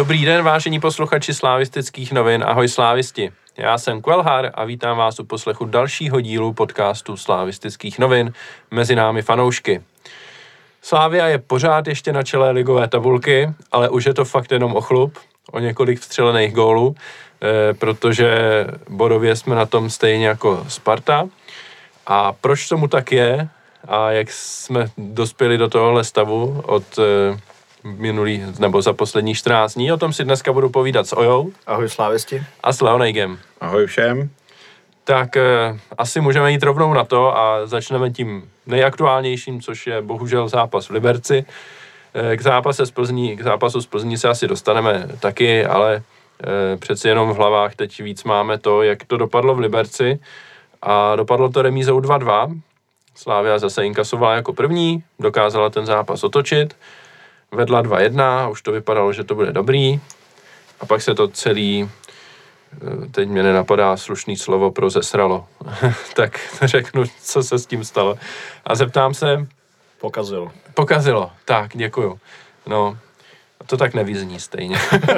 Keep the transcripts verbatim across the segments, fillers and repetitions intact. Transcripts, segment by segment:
Dobrý den, vážení posluchači Slavistických novin, ahoj slávisti. Já jsem Kvelhar a vítám vás u poslechu dalšího dílu podcastu Slavistických novin Mezi námi fanoušky. Slavia je pořád ještě na čele ligové tabulky, ale už je to fakt jenom o chlup, o několik vstřelených gólů, eh, protože bodově jsme na tom stejně jako Sparta. A proč tomu tak je a jak jsme dospěli do tohohle stavu od eh, minulý, nebo za poslední čtrnáct dní, o tom si dneska budu povídat s Ojou. Ahoj slávisti. A s Leonejgem. Ahoj všem. Tak eh, asi můžeme jít rovnou na to a začneme tím nejaktuálnějším, což je bohužel zápas v Liberci. Eh, k, zápase z Plzní, k zápasu z Plzní se asi dostaneme taky, ale eh, přeci jenom v hlavách teď víc máme to, jak to dopadlo v Liberci. A dopadlo to remízou dva dva. Slavia zase inkasovala jako první, dokázala ten zápas otočit. Vedla dva jedna, už to vypadalo, že to bude dobrý. A pak se to celý, teď mě nenapadá slušný slovo pro zesralo. Tak řeknu, co se s tím stalo. A zeptám se... Pokazilo. Pokazilo, tak, děkuju. No, to tak nevyzní stejně.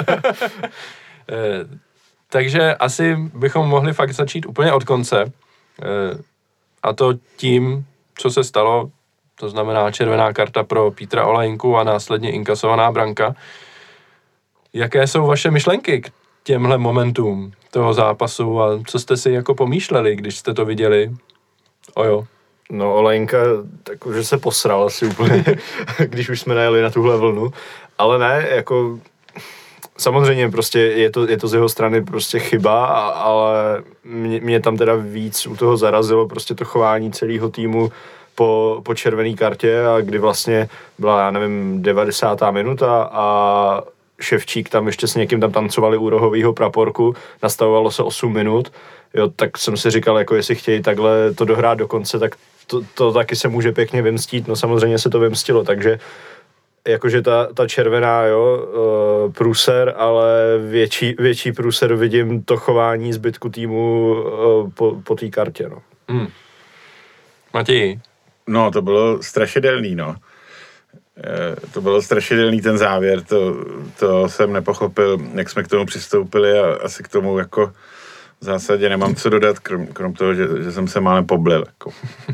Takže asi bychom mohli fakt začít úplně od konce. A to tím, co se stalo, to znamená červená karta pro Petra Olajnku a následně inkasovaná branka. Jaké jsou vaše myšlenky k těmhle momentům toho zápasu a co jste si jako pomýšleli, když jste to viděli? Ojo. No Olajnka, takže se posral asi úplně, když už jsme najeli na tuhle vlnu. Ale ne, jako... Samozřejmě prostě je to, je to z jeho strany prostě chyba, a, ale mě, mě tam teda víc u toho zarazilo prostě to chování celého týmu po, po červené kartě, a kdy vlastně byla, já nevím, devadesátá minuta a Ševčík tam ještě s někým tam tancovali u rohovýho praporku, nastavovalo se osm minut, jo, tak jsem si říkal, jako jestli chtějí takhle to dohrát do konce, tak to, to taky se může pěkně vymstít, no samozřejmě se to vymstilo, takže jakože ta, ta červená, jo, uh, průser, ale větší, větší průser vidím to chování zbytku týmu uh, po, po té kartě, no. Hmm. Matěj? No, to bylo strašidelný, no. E, to bylo strašidelný ten závěr, to, to jsem nepochopil, jak jsme k tomu přistoupili a asi k tomu jako v zásadě nemám co dodat, krom, krom toho, že, že jsem se málem poblil, jako.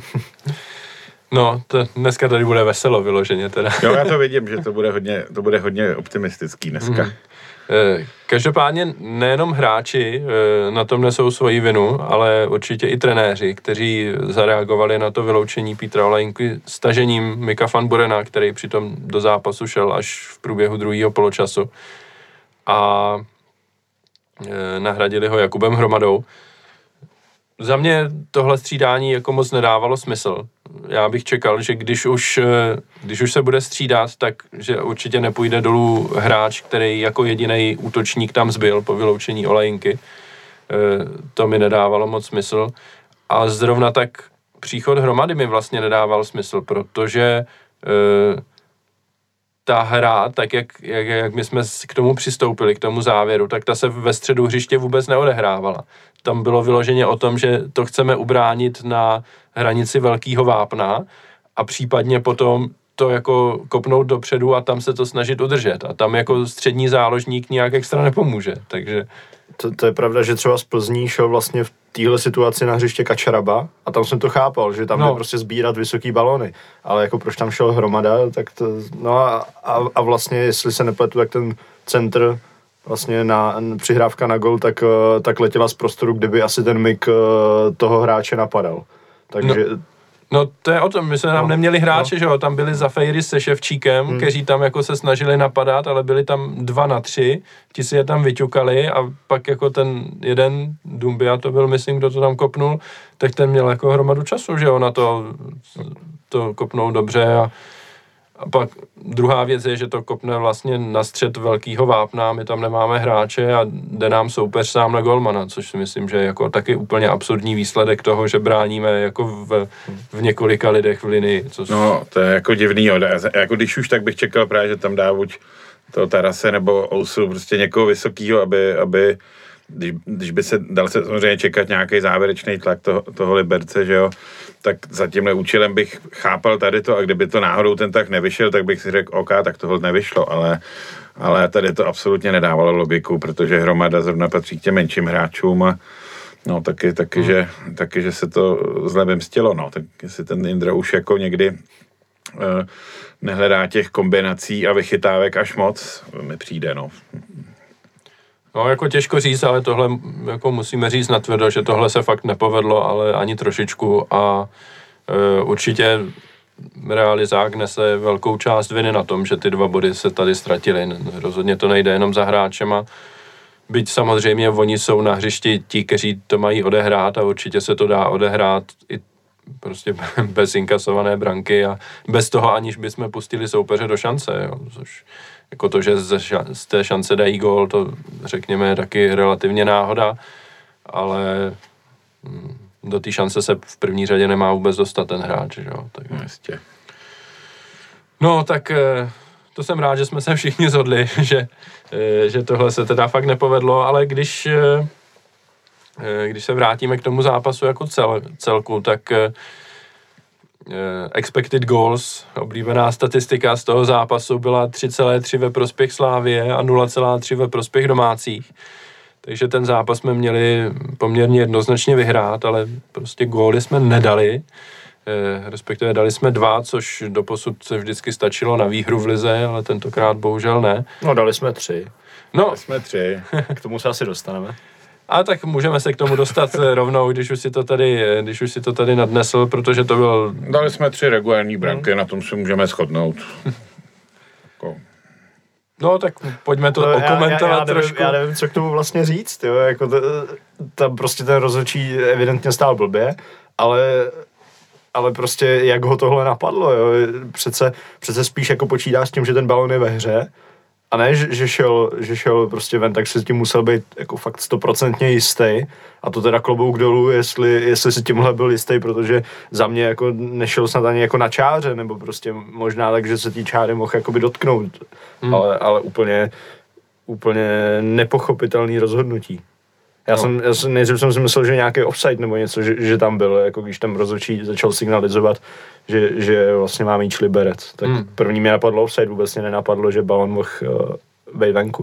No, to dneska tady bude veselo vyloženě teda. Jo, já to vidím, že to bude hodně, to bude hodně optimistický dneska. Mm. Každopádně nejenom hráči na tom nesou svoji vinu, ale určitě i trenéři, kteří zareagovali na to vyloučení Petra Olajnky stažením Mika van Burena, který přitom do zápasu šel až v průběhu druhého poločasu. A nahradili ho Jakubem Hromadou. Za mě tohle střídání jako moc nedávalo smysl. Já bych čekal, že když už, když už se bude střídat, tak že určitě nepůjde dolů hráč, který jako jediný útočník tam zbyl po vyloučení Olajnky. To mi nedávalo moc smysl. A zrovna tak příchod Hromady mi vlastně nedával smysl, protože ta hra, tak jak, jak, jak my jsme k tomu přistoupili, k tomu závěru, tak ta se ve středu hřiště vůbec neodehrávala. Tam bylo vyloženě o tom, že to chceme ubránit na hranici velkého vápna a případně potom to jako kopnout dopředu a tam se to snažit udržet. A tam jako střední záložník nějak extra nepomůže, takže... To, to je pravda, že třeba z Plzní šel vlastně v téhle situaci na hřiště Kačaraba a tam jsem to chápal, že tam no. je prostě sbírat vysoký balony, ale jako proč tam šel Hromada, tak to... No a, a, a vlastně, jestli se nepletu, tak ten centr vlastně na přihrávka na gol, tak, tak letěla z prostoru, kdyby asi ten Mik toho hráče napadal. Takže... No. No to je o tom, my jsme tam no, neměli hráče, no. že jo, tam byli Zafejry se Ševčíkem, hmm. kteří tam jako se snažili napadat, ale byli tam dva na tři, ti si je tam vyťukali a pak jako ten jeden, Dumbia to byl, myslím, kdo to tam kopnul, tak ten měl jako hromadu času, že jo, na to, to kopnout dobře a, a pak druhá věc je, že to kopne vlastně na střed velkýho vápna, my tam nemáme hráče a jde nám soupeř sám na golmana, což si myslím, že je jako taky úplně absurdní výsledek toho, že bráníme jako v, v několika lidech v linii. Co... No, to je jako divný, jo. Jako když už, tak bych čekal právě, že tam dá buď toho Tarase nebo Ousu, prostě někoho vysokýho, aby, aby když, když by se dal se samozřejmě čekat nějaký závěrečný tlak toho, toho Liberce, že jo, tak za tímhle účelem bych chápal tady to a kdyby to náhodou ten tak nevyšel, tak bych si řekl, OK, tak tohle nevyšlo, ale, ale tady to absolutně nedávalo logiku, protože Hromada zrovna patří k těm menším hráčům a no taky, taky, hmm. že, taky, že se to zle vymstilo, no, tak jestli ten Jindra už jako někdy uh, nehledá těch kombinací a vychytávek až moc, mi přijde, no. No, jako těžko říct, ale tohle jako musíme říct natvrdo, že tohle se fakt nepovedlo, ale ani trošičku a e, určitě realizák nese velkou část viny na tom, že ty dva body se tady ztratily. Rozhodně to nejde jenom za hráčema, byť samozřejmě oni jsou na hřišti ti, kteří to mají odehrát a určitě se to dá odehrát i prostě bez inkasované branky a bez toho, aniž bychom pustili soupeře do šance, jo, což jako to, že z té šance dají gól, to řekněme je taky relativně náhoda, ale do té šance se v první řadě nemá vůbec dostat ten hráč, jo, tak. Jistě. No, tak to jsem rád, že jsme se všichni shodli, že, že tohle se teda fakt nepovedlo, ale když když se vrátíme k tomu zápasu jako cel, celku, tak expected goals, oblíbená statistika z toho zápasu byla tři celá tři ve prospěch Slávie a nula celá tři ve prospěch domácích. Takže ten zápas jsme měli poměrně jednoznačně vyhrát, ale prostě góly jsme nedali. Respektive dali jsme dva, což doposud se vždycky stačilo na výhru v lize, ale tentokrát bohužel ne. No, dali jsme tři. No, dali jsme tři. K tomu se asi dostaneme. A tak můžeme se k tomu dostat rovnou, když už si to tady, když už si to tady nadnesl, protože to byl... Dali jsme tři regulární branky, hmm. na tom si můžeme shodnout. Jako. No tak pojďme to no, okomentovat já, já, já trošku. Nevím, já nevím, co k tomu vlastně říct, jo, jako to, tam prostě ten rozhodčí evidentně stál blbě, ale... ale prostě jak ho tohle napadlo, jo, přece, přece spíš jako počítá s tím, že ten balon je ve hře, a ne, že, že, šel, že šel prostě ven, tak si tím musel být jako fakt stoprocentně jistý. A to teda klobouk dolů, jestli, jestli si tímhle byl jistý, protože za mě jako nešel snad ani jako na čáře, nebo prostě možná tak, že se tí čáry mohl jakoby dotknout. Hmm. Ale, ale úplně, úplně nepochopitelný rozhodnutí. Já, no. jsem, já jsem nejdřív jsem si myslel, že nějaký offside nebo něco, že, že tam byl, jako když tam rozhodčí začal signalizovat, že, že vlastně má míč Liberec. Tak hmm. první mě napadlo offside, vůbec mě nenapadlo, že balon mohl uh, být venku.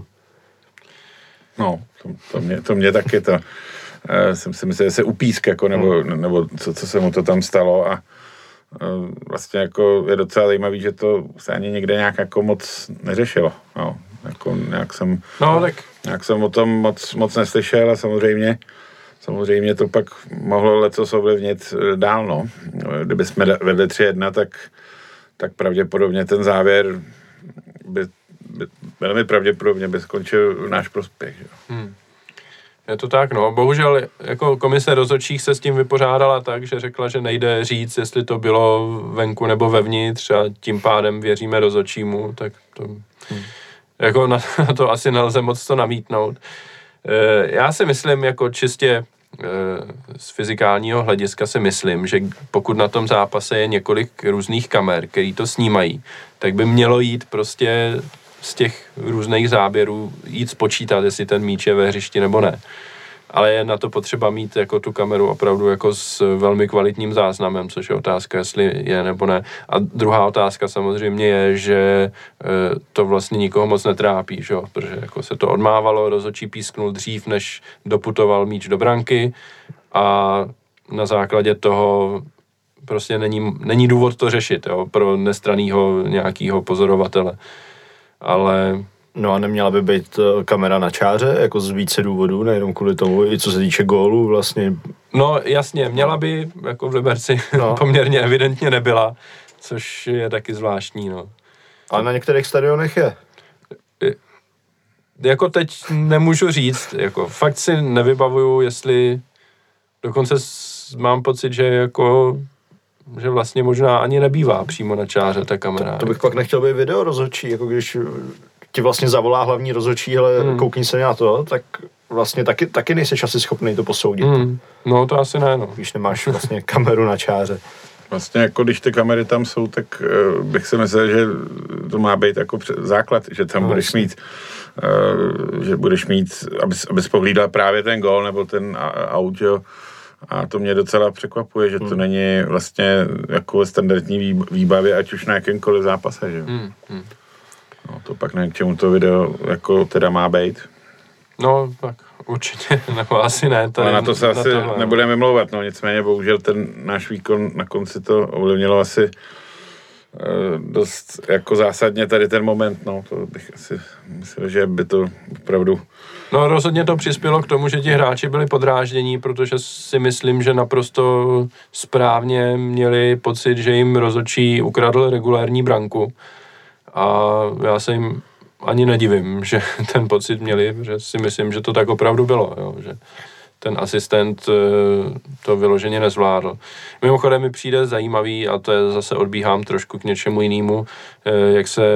No, to, to, mě, to mě taky to. Uh, jsem si myslel, že se upísk, jako, nebo, hmm. nebo co, co se mu to tam stalo a uh, vlastně jako je docela zajímavý, že to se ani někde nějak jako moc neřešilo. No, jako nějak jsem... No, tak... Jak jsem o tom moc, moc neslyšel a samozřejmě, samozřejmě to pak mohlo lecos ovlivnit dál, no. Kdyby jsme vedli tři jedna, tak, tak pravděpodobně ten závěr by, by velmi pravděpodobně by skončil v náš prospěch. Hmm. Je to tak, no. Bohužel jako komise rozhodčích se s tím vypořádala tak, že řekla, že nejde říct, jestli to bylo venku nebo vevnitř a tím pádem věříme rozhodčímu, tak to... Hmm. Jako na to asi nelze moc to namítnout. Já si myslím, jako čistě z fyzikálního hlediska si myslím, že pokud na tom zápase je několik různých kamer, který to snímají, tak by mělo jít prostě z těch různých záběrů jít spočítat, jestli ten míč je ve hřišti nebo ne. Ale je na to potřeba mít jako tu kameru opravdu jako s velmi kvalitním záznamem, což je otázka, jestli je nebo ne. A druhá otázka samozřejmě je, že to vlastně nikoho moc netrápí, že jo? Protože jako se to odmávalo, rozhodčí písknul dřív, než doputoval míč do branky a na základě toho prostě není, není důvod to řešit, jo? Pro nestranného nějakého pozorovatele. Ale... No a neměla by být kamera na čáře, jako z více důvodů, nejenom kvůli tomu, i co se týče gólů vlastně. No jasně, měla by, jako v Liberci no. poměrně evidentně nebyla, což je taky zvláštní, no. Ale na některých stadionech je. Jako teď nemůžu říct, jako fakt si nevybavuju, jestli dokonce mám pocit, že jako že vlastně možná ani nebývá přímo na čáře ta kamera. To, to bych pak nechtěl být video rozhodčí, jako když ti vlastně zavolá hlavní rozhodčí, ale hmm. koukni se na to, tak vlastně taky, taky nejseš asi schopný to posoudit. Hmm. No to asi ne, no. Když nemáš vlastně kameru na čáře. Vlastně jako když ty kamery tam jsou, tak uh, bych si myslel, že to má být jako základ, že tam no, budeš mít, uh, že budeš mít, abys, abys pohlídal právě ten gól nebo ten audio. A to mě docela překvapuje, že to hmm. není vlastně jako standardní výbavě, ať už na jakémkoliv zápase, že? Hmm. Hmm. No to pak nevím, k čemu to video jako teda má být. No, tak určitě, nebo asi ne. Ale na to se na asi tohle, nebudeme mlouvat, no nicméně bohužel ten náš výkon na konci to ovlivnilo asi e, dost jako zásadně tady ten moment, no to bych asi myslel, že by to opravdu... No rozhodně to přispělo k tomu, že ti hráči byli podráždění, protože si myslím, že naprosto správně měli pocit, že jim rozhodčí ukradl regulérní branku a já se jim ani nedivím, že ten pocit měli, že si myslím, že to tak opravdu bylo, jo, že ten asistent to vyloženě nezvládl. Mimochodem mi přijde zajímavý, a to je zase odbíhám trošku k něčemu jinému, jak se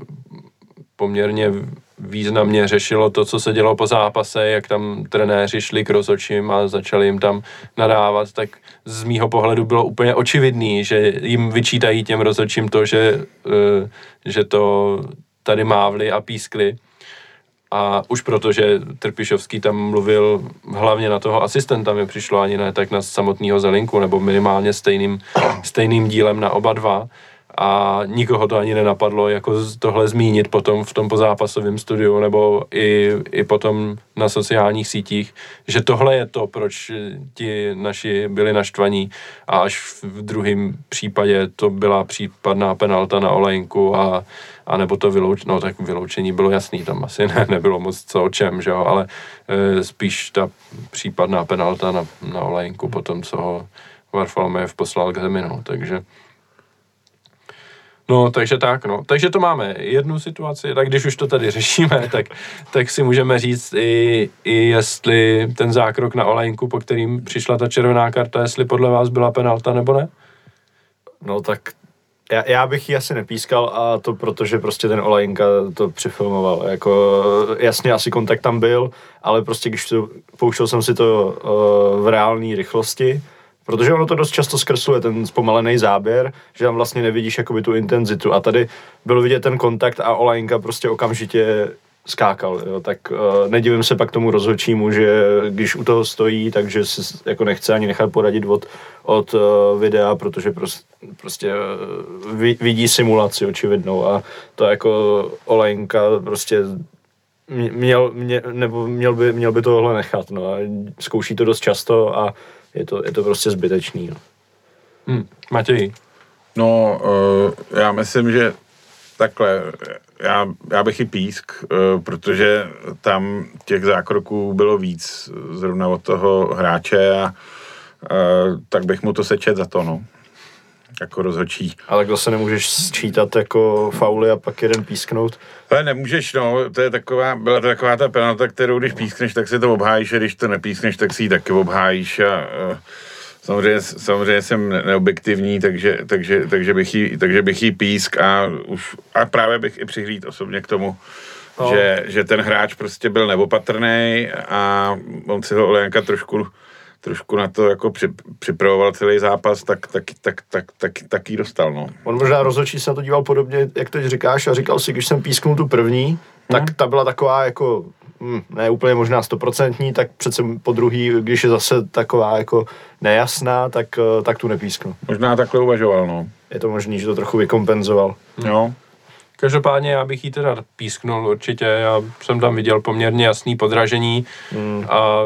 poměrně významně řešilo to, co se dělo po zápase, jak tam trenéři šli k rozhodčím a začali jim tam nadávat, tak z mýho pohledu bylo úplně očividný, že jim vyčítají těm rozhodčím to, že, že to tady mávli a pískli. A už proto, že Trpišovský tam mluvil hlavně na toho asistenta, mi přišlo ani ne tak na samotného Zelinku, nebo minimálně stejným, stejným dílem na oba dva. A nikoho to ani nenapadlo jako tohle zmínit potom v tom pozápasovém studiu nebo i, i potom na sociálních sítích, že tohle je to, proč ti naši byli naštvaní a až v druhém případě to byla případná penalta na Olejnku a, a nebo to vyloučení, no tak vyloučení bylo jasný, tam asi ne, nebylo moc co o čem, že jo, ale e, spíš ta případná penalta na, na Olejnku potom, co ho Varfolomejev poslal k zemi, no, takže No, takže tak, no. Takže to máme jednu situaci, tak když už to tady řešíme, tak, tak si můžeme říct i, i jestli ten zákrok na Olejnku, po kterým přišla ta červená karta, jestli podle vás byla penalta nebo ne? No tak já, já bych ji asi nepískal a to protože prostě ten Olejnka to přifilmoval. Jako jasně asi kontakt tam byl, ale prostě když to, pouštěl jsem si to uh, v reálné rychlosti, protože ono to dost často zkresluje ten zpomalený záběr, že tam vlastně nevidíš jakoby tu intenzitu a tady bylo vidět ten kontakt a Olejnka prostě okamžitě skákal, jo, tak uh, nedivím se pak tomu rozhodčímu, že když u toho stojí, takže si jako nechce ani nechat poradit od, od uh, videa, protože prostě, prostě uh, vidí simulaci očividnou a to jako Olejnka prostě měl, mě, nebo měl by, měl by tohle nechat, no a zkouší to dost často a je to, je to prostě zbytečný, no. Hmm, Matěj? No, uh, já myslím, že takhle, já, já bych i písk, uh, protože tam těch zákroků bylo víc zrovna od toho hráče a uh, tak bych mu to sečet za to, no. Jako rozhodčí. Ale kdo se nemůžeš sčítat jako fauly a pak jeden písknout? Ale nemůžeš, no, to je taková, byla to taková ta penalta, kterou když pískneš, tak si to obhájíš a když to nepískneš, tak si ji taky obhájíš a, a samozřejmě, samozřejmě jsem neobjektivní, takže, takže, takže, bych jí, takže bych jí písk a už, a právě bych i přihlíd osobně k tomu, no. že, že ten hráč prostě byl neopatrný a on si ho Olejnka trošku trošku na to jako při, připravoval celý zápas, tak tak, tak, tak, tak, tak jí dostal, no. On možná rozhodčí se na to díval podobně, jak teď říkáš, a říkal si, když jsem písknul tu první, hmm. tak ta byla taková jako, hm, ne úplně možná stoprocentní, tak přece po druhý, když je zase taková jako nejasná, tak, tak tu nepísknu. Možná takhle uvažoval, no. Je to možný, že to trochu vykompenzoval. Hmm. Jo. Každopádně já bych jí teda písknul určitě, já jsem tam viděl poměrně jasný podražení hmm. a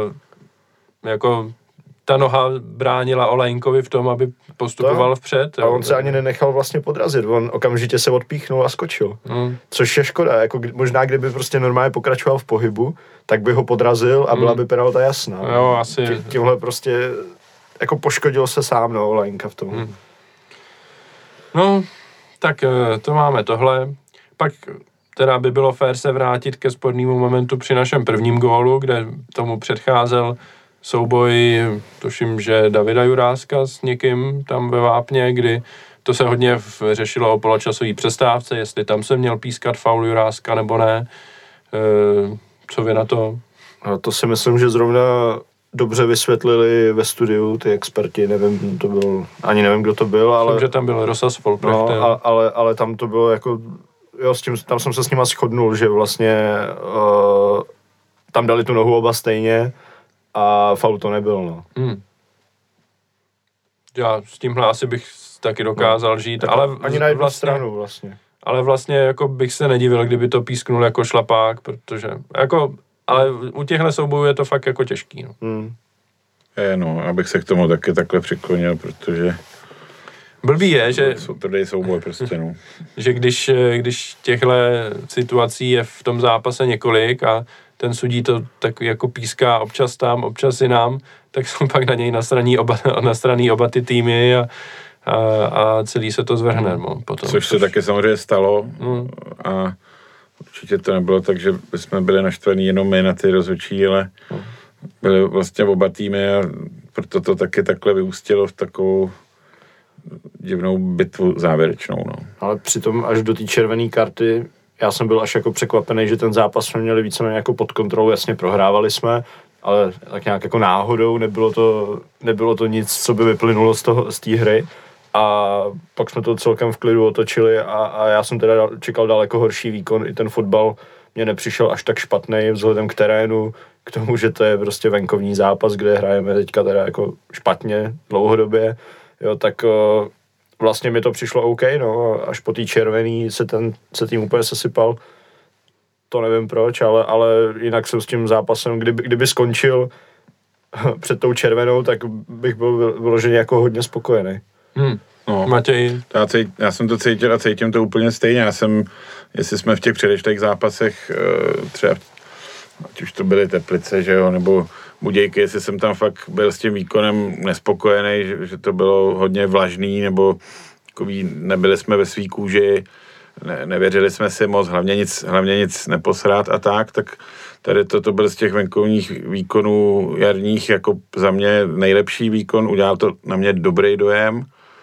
jako ta noha bránila Olejnkovi v tom, aby postupoval to, vpřed. A on se ani nenechal vlastně podrazit, on okamžitě se odpíchnul a skočil. Hmm. Což je škoda, jako možná kdyby prostě normálně pokračoval v pohybu, tak by ho podrazil a byla hmm. by penalta jasná. Jo, asi. Tí, tímhle prostě jako poškodil se sám, no, Olejnka v tom. Hmm. No, tak to máme tohle. Pak teda by bylo fér se vrátit ke spornému momentu při našem prvním gólu, kde tomu předcházel souboj, tuším, že Davida Juráska s někým tam ve Vápně, kdy to se hodně řešilo o poločasové přestávce, jestli tam se měl pískat faul Juráska nebo ne. E, co vy na to? A to si myslím, že zrovna dobře vysvětlili ve studiu ty experti, nevím, to byl, ani nevím, kdo to byl, ale... Myslím, že tam byl Rosas Folprecht. No, a, ale, ale tam to bylo jako, jo, s tím, tam jsem se s nima shodnul, že vlastně uh, tam dali tu nohu oba stejně a faul to nebyl, no. Hmm. Já s tímhle asi bych taky dokázal no, žít, ale... Ani na jednu vlastně, stranu vlastně. Ale vlastně jako bych se nedivil, kdyby to písknul jako šlapák, protože jako... Ale u těchto soubojů je to fakt jako těžký, no. Hmm. Je, no, abych se k tomu taky takhle přiklonil, protože... Blbý je, že... Jsou tvrdý souboj prostě, no. Že když, když těchto situací je v tom zápase několik a ten sudí to tak jako píská občas tam, občas jinam, tak jsou pak na něj nasraný oba, nasraný oba ty týmy a, a, a celý se to zvrhne. No, potom. Což se taky samozřejmě stalo hmm. a určitě to nebylo tak, že jsme byli naštvaní jenom my na ty rozhodčí, ale hmm. byly vlastně oba týmy a proto to taky takhle vyústilo v takovou divnou bitvu závěrečnou. No. Ale přitom až do té červené karty já jsem byl až jako překvapený, že ten zápas jsme měli víceméně jako pod kontrolou, jasně prohrávali jsme, ale tak nějak jako náhodou, nebylo to, nebylo to nic, co by vyplynulo z toho, z té hry a pak jsme to celkem v klidu otočili a, a já jsem teda čekal daleko horší výkon, i ten fotbal mě nepřišel až tak špatný vzhledem k terénu, k tomu, že to je prostě venkovní zápas, kde hrajeme teďka teda jako špatně dlouhodobě, jo, tak vlastně mi to přišlo OK, no, až po té červený se ten se tým úplně sesypal, to nevím proč, ale, ale jinak jsem s tím zápasem, kdyby, kdyby skončil před tou červenou, tak bych byl vyloženě jako hodně spokojený. Hmm. No, Matěj? Já, cít, já jsem to cítil a cítím to úplně stejně. Já jsem, jestli jsme v těch předešlých zápasech, třeba, ať už to byly Teplice, že jo, nebo Budějky, jestli jsem tam fakt byl s tím výkonem nespokojený, že, že to bylo hodně vlažný, nebo takový, nebyli jsme ve svý kůži, ne, nevěřili jsme si moc, hlavně nic, hlavně nic neposrát a tak, tak tady to, to byl z těch venkovních výkonů jarních jako za mě nejlepší výkon, udělal to na mě dobrý dojem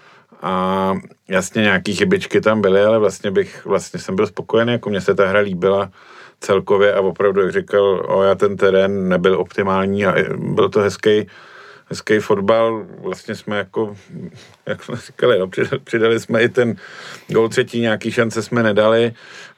a jasně nějaký chybičky tam byly, ale vlastně bych, vlastně jsem byl spokojený, jako mně se ta hra líbila celkově a opravdu, jak říkal, o, já ten terén nebyl optimální a byl to hezký, hezký fotbal. Vlastně jsme jako, jak jsme říkali, no, přidali, přidali jsme i ten gól třetí, nějaký šance jsme nedali.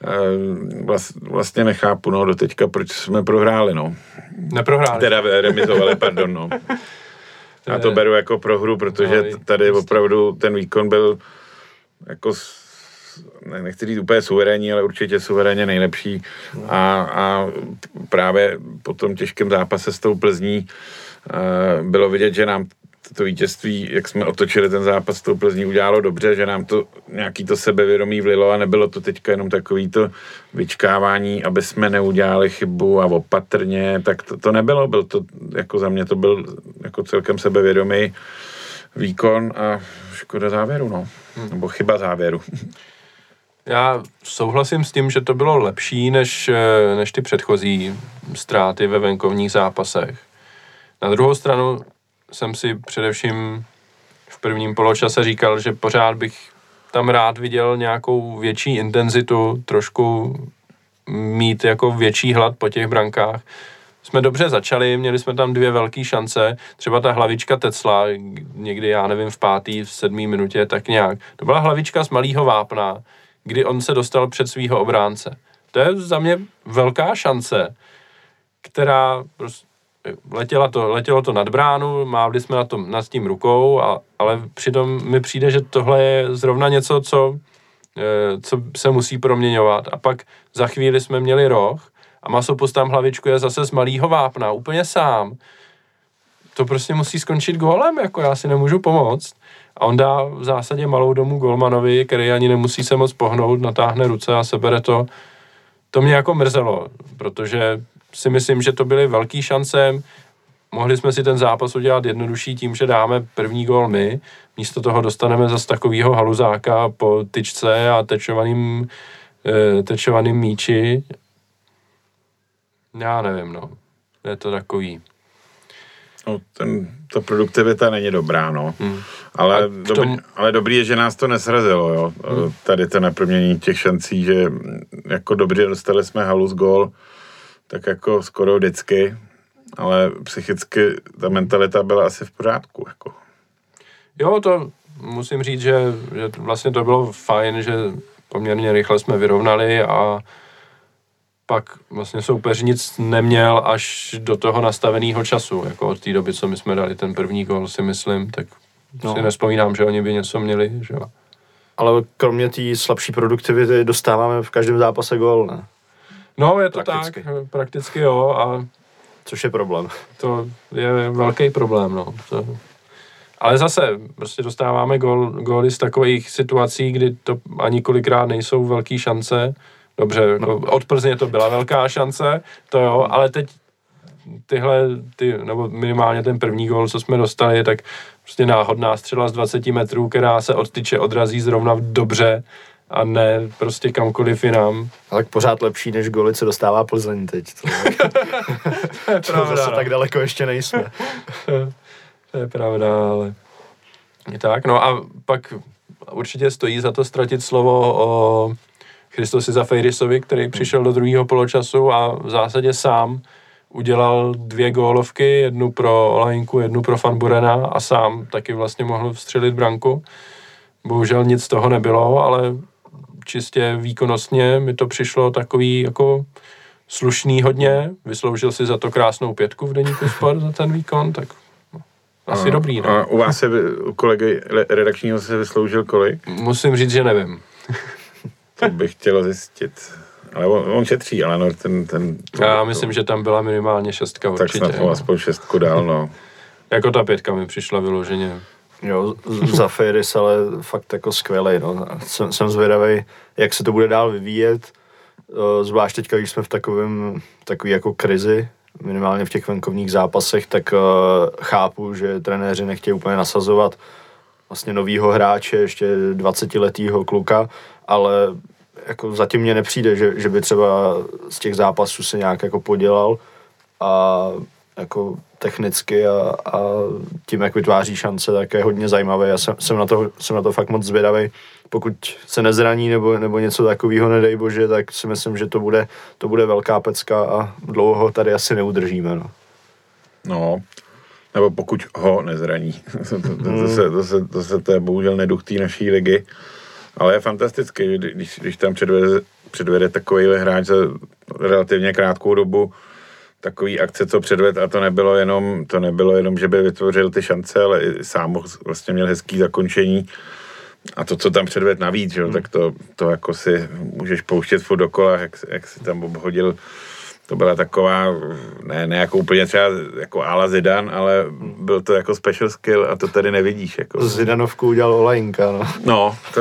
Vlastně nechápu, no, doteďka, proč jsme prohráli, no. Neprohráli. Teda remizovali, pardon, no. Já to beru jako prohru, protože tady opravdu ten výkon byl jako ne, nechci říct úplně suverénní, ale určitě suverénně nejlepší a, a právě po tom těžkém zápase s tou Plzní uh, bylo vidět, že nám to vítězství, jak jsme otočili ten zápas s tou Plzní, udělalo dobře, že nám to nějaký to sebevědomí vlilo a nebylo to teďka jenom takový to vyčkávání, aby jsme neudělali chybu a opatrně, tak to, to nebylo, byl to, jako za mě to byl jako celkem sebevědomý výkon a škoda závěru, no. Hmm. Nebo chyba závěru. Já souhlasím s tím, že to bylo lepší než, než ty předchozí ztráty ve venkovních zápasech. Na druhou stranu jsem si především v prvním poločase říkal, že pořád bych tam rád viděl nějakou větší intenzitu, trošku mít jako větší hlad po těch brankách. Jsme dobře začali, měli jsme tam dvě velké šance, třeba ta hlavička Tecla, někdy, já nevím, v pátý, v sedmý minutě, tak nějak. To byla hlavička z malýho vápna, kdy on se dostal před svýho obránce. To je za mě velká šance, která prostě letěla to, letělo to nad bránu, mávli jsme na tom, nad tím rukou, a, ale přitom mi přijde, že tohle je zrovna něco, co, co se musí proměňovat. A pak za chvíli jsme měli roh a Masopust tam hlavičku je zase z malýho vápna, úplně sám. To prostě musí skončit gólem, jako já si nemůžu pomoct. A on dá v zásadě malou domů golmanovi, který ani nemusí se moc pohnout, natáhne ruce a sebere to. To mě jako mrzelo, protože si myslím, že to byly velký šance. Mohli jsme si ten zápas udělat jednodušší tím, že dáme první gól my. Místo toho dostaneme zase takovýho haluzáka po tyčce a tečovaným, e, tečovaným míči. Já nevím, no. Je to takový. No, ten, ta produktivita není dobrá, no. Hmm. Ale, tom... dobrý, ale dobrý je, že nás to nesrazilo, jo. Hmm. Tady to naplnění těch šancí, že jako dobře dostali jsme halus gól, tak jako skoro vždycky. ale psychicky ta mentalita byla asi v pořádku. Jako. Jo, to musím říct, že, že vlastně to bylo fajn, že poměrně rychle jsme vyrovnali a pak vlastně soupeř nic neměl až do toho nastaveného času, jako od té doby, co my jsme dali ten první gól, si myslím, tak no. si nespomínám, že oni by něco měli, že jo. Ale kromě té slabší produktivity dostáváme v každém zápase gól, ne? No, je to prakticky. tak, prakticky jo, a což je problém. To je velký problém, no. To... Ale zase, prostě dostáváme gól, góly z takových situací, kdy to ani kolikrát nejsou velký šance. Dobře, no. Od Plzně to byla velká šance, to jo, ale teď tyhle, ty, nebo minimálně ten první gól, co jsme dostali, tak prostě náhodná střela z dvacet metrů, která se od tyče odrazí zrovna dobře a ne prostě kamkoliv jinam. Ale pořád lepší, než góly, co dostává Plzeň teď. To, je to pravda, zase no. Tak daleko ještě nejsme. To je pravda, ale je tak. No a pak určitě stojí za to ztratit slovo o Christosi Zafeirisovi, který přišel do druhého poločasu a v zásadě sám udělal dvě gólovky, jednu pro Olajinku, jednu pro Van Burena a sám taky vlastně mohl vstřelit branku. Bohužel nic z toho nebylo, ale čistě výkonnostně mi to přišlo takový jako slušný hodně. Vysloužil si za to krásnou pětku v deníku Sport za ten výkon, tak asi a, dobrý. No. A u vás se, u kolegy redakčního se vysloužil kolik? Musím říct, že nevím. To bych chtěl zjistit. Ale on, on šetří, ale no, ten... ten to, Já myslím, to, že tam byla minimálně šestka určitě. Tak snad no. Aspoň šestku dál, no. Jako ta pětka mi přišla vyloženě. Jo, Zafeiris, ale fakt jako skvělej, no. Jsem, jsem zvědavej, jak se to bude dál vyvíjet, zvlášť teďka, když jsme v takovém, takový jako krizi, minimálně v těch venkovních zápasech, tak uh, chápu, že trenéři nechtějí úplně nasazovat vlastně novýho hráče, ještě dvacetiletýho kluka, ale jako zatím mně nepřijde, že, že by třeba z těch zápasů se nějak jako podělal a jako technicky a, a tím, jak vytváří šance, tak je hodně zajímavé. Já jsem, jsem, na to, jsem na to fakt moc zvědavý. Pokud se nezraní nebo, nebo něco takového, nedej bože, tak si myslím, že to bude, to bude velká pecka a dlouho tady asi neudržíme. No, no nebo pokud ho nezraní. to, to, to, to, se, to, se, to, se, to je bohužel neduch té naší ligy. Ale je fantastický, když, když tam předvede, předvede takovýhle hráč za relativně krátkou dobu, takový akce, co předved, a to nebylo jenom, to nebylo jenom, že by vytvořil ty šance, ale i sám vlastně měl hezký zakončení. A to, co tam předved navíc, že? Hmm. tak to, to jako si můžeš pouštět furt dokola, jak, jak si tam obhodil. To byla taková, ne, ne jako úplně třeba jako Ala Zidane, ale byl to jako special skill a to tady nevidíš. Jako. Zidanovku udělal Olajinka, no. No. To...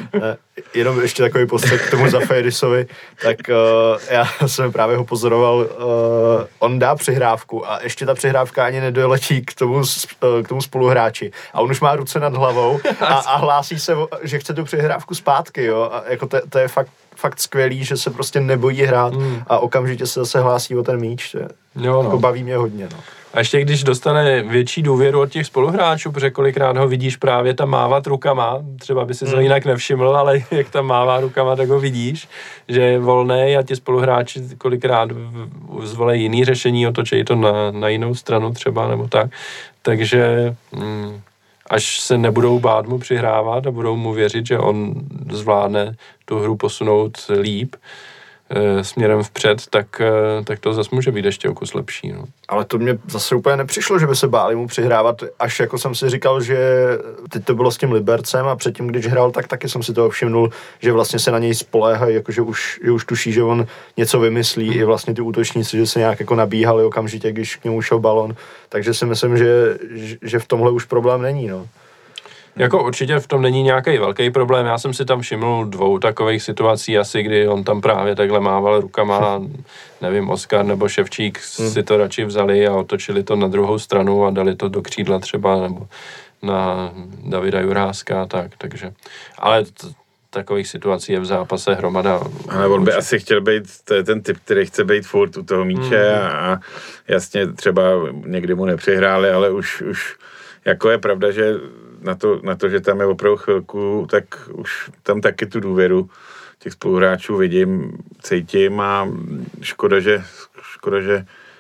Jenom ještě takový postřeh k tomu Zafairisovi, tak uh, já jsem právě ho pozoroval, uh, on dá přihrávku a ještě ta přihrávka ani nedoletí k tomu, uh, k tomu spoluhráči. A on už má ruce nad hlavou a, a hlásí se, že chce tu přihrávku zpátky, jo. A jako to, to je fakt fakt skvělý, že se prostě nebojí hrát hmm. a okamžitě se zase hlásí o ten míč. Jo, no. Jako baví mě hodně. No. A ještě když dostane větší důvěru od těch spoluhráčů, protože kolikrát ho vidíš právě tam mávat rukama, třeba by si to hmm. jinak nevšiml, ale jak tam mává rukama, tak ho vidíš, že je volnej a ti spoluhráči kolikrát zvolí jiný řešení, otočí to na, na jinou stranu třeba, nebo tak. Takže... Hmm. až se nebudou bát mu přihrávat a budou mu věřit, že on zvládne tu hru posunout líp e, směrem vpřed, tak, e, tak to zase může být ještě o kus lepší. No. Ale to mě zase úplně nepřišlo, že by se báli mu přihrávat, až jako jsem si říkal, že teď to bylo s tím Libercem a předtím, když hrál, tak taky jsem si toho všimnul, že vlastně se na něj spoléhají, jakože už, že už tuší, že on něco vymyslí, hmm. i vlastně ty útočníci, že se nějak jako nabíhali okamžitě, když k němu šel balon, takže si myslím, že, že v tomhle už problém není, no. Jako určitě v tom není nějaký velký problém, já jsem si tam všiml dvou takových situací asi, kdy on tam právě takhle mával rukama, nevím, Oskar nebo Ševčík hmm. si to radši vzali a otočili to na druhou stranu a dali to do křídla třeba, nebo na Davida Juráska, tak, takže, ale t- takových situací je v zápase hromada. Ale on by asi chtěl být, to je ten typ, který chce být furt u toho míče hmm. a jasně třeba někdy mu nepřihráli, ale už, už jako je pravda, že Na to, na to, že tam je opravdu chvilku, tak už tam taky tu důvěru těch spoluhráčů vidím, cítím a škoda, že, škoda, že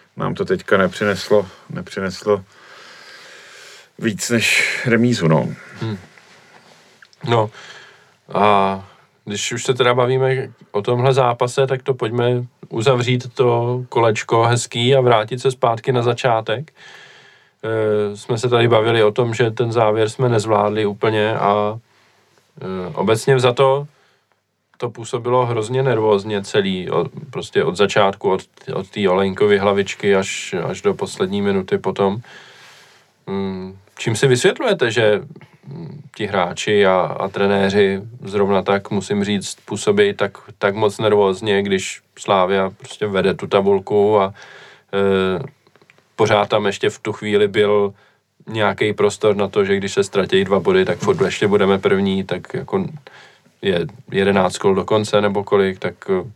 nám to teďka nepřineslo, nepřineslo víc než remízu, no. Hmm. No a když už se teda bavíme o tomhle zápase, tak to pojďme uzavřít to kolečko hezký a vrátit se zpátky na začátek. E, jsme se tady bavili o tom, že ten závěr jsme nezvládli úplně a e, obecně vzato to působilo hrozně nervózně celý, od, prostě od začátku, od, od té Olejnkovy hlavičky až, až do poslední minuty potom. Hmm, čím si vysvětlujete, že ti hráči a, a trenéři zrovna tak, musím říct, působí tak, tak moc nervózně, když Slavia prostě vede tu tabulku a e, pořád tam ještě v tu chvíli byl nějaký prostor na to, že když se ztratí dva body, tak furt ještě budeme první, tak jako je jedenáct kol do konce nebo kolik, tak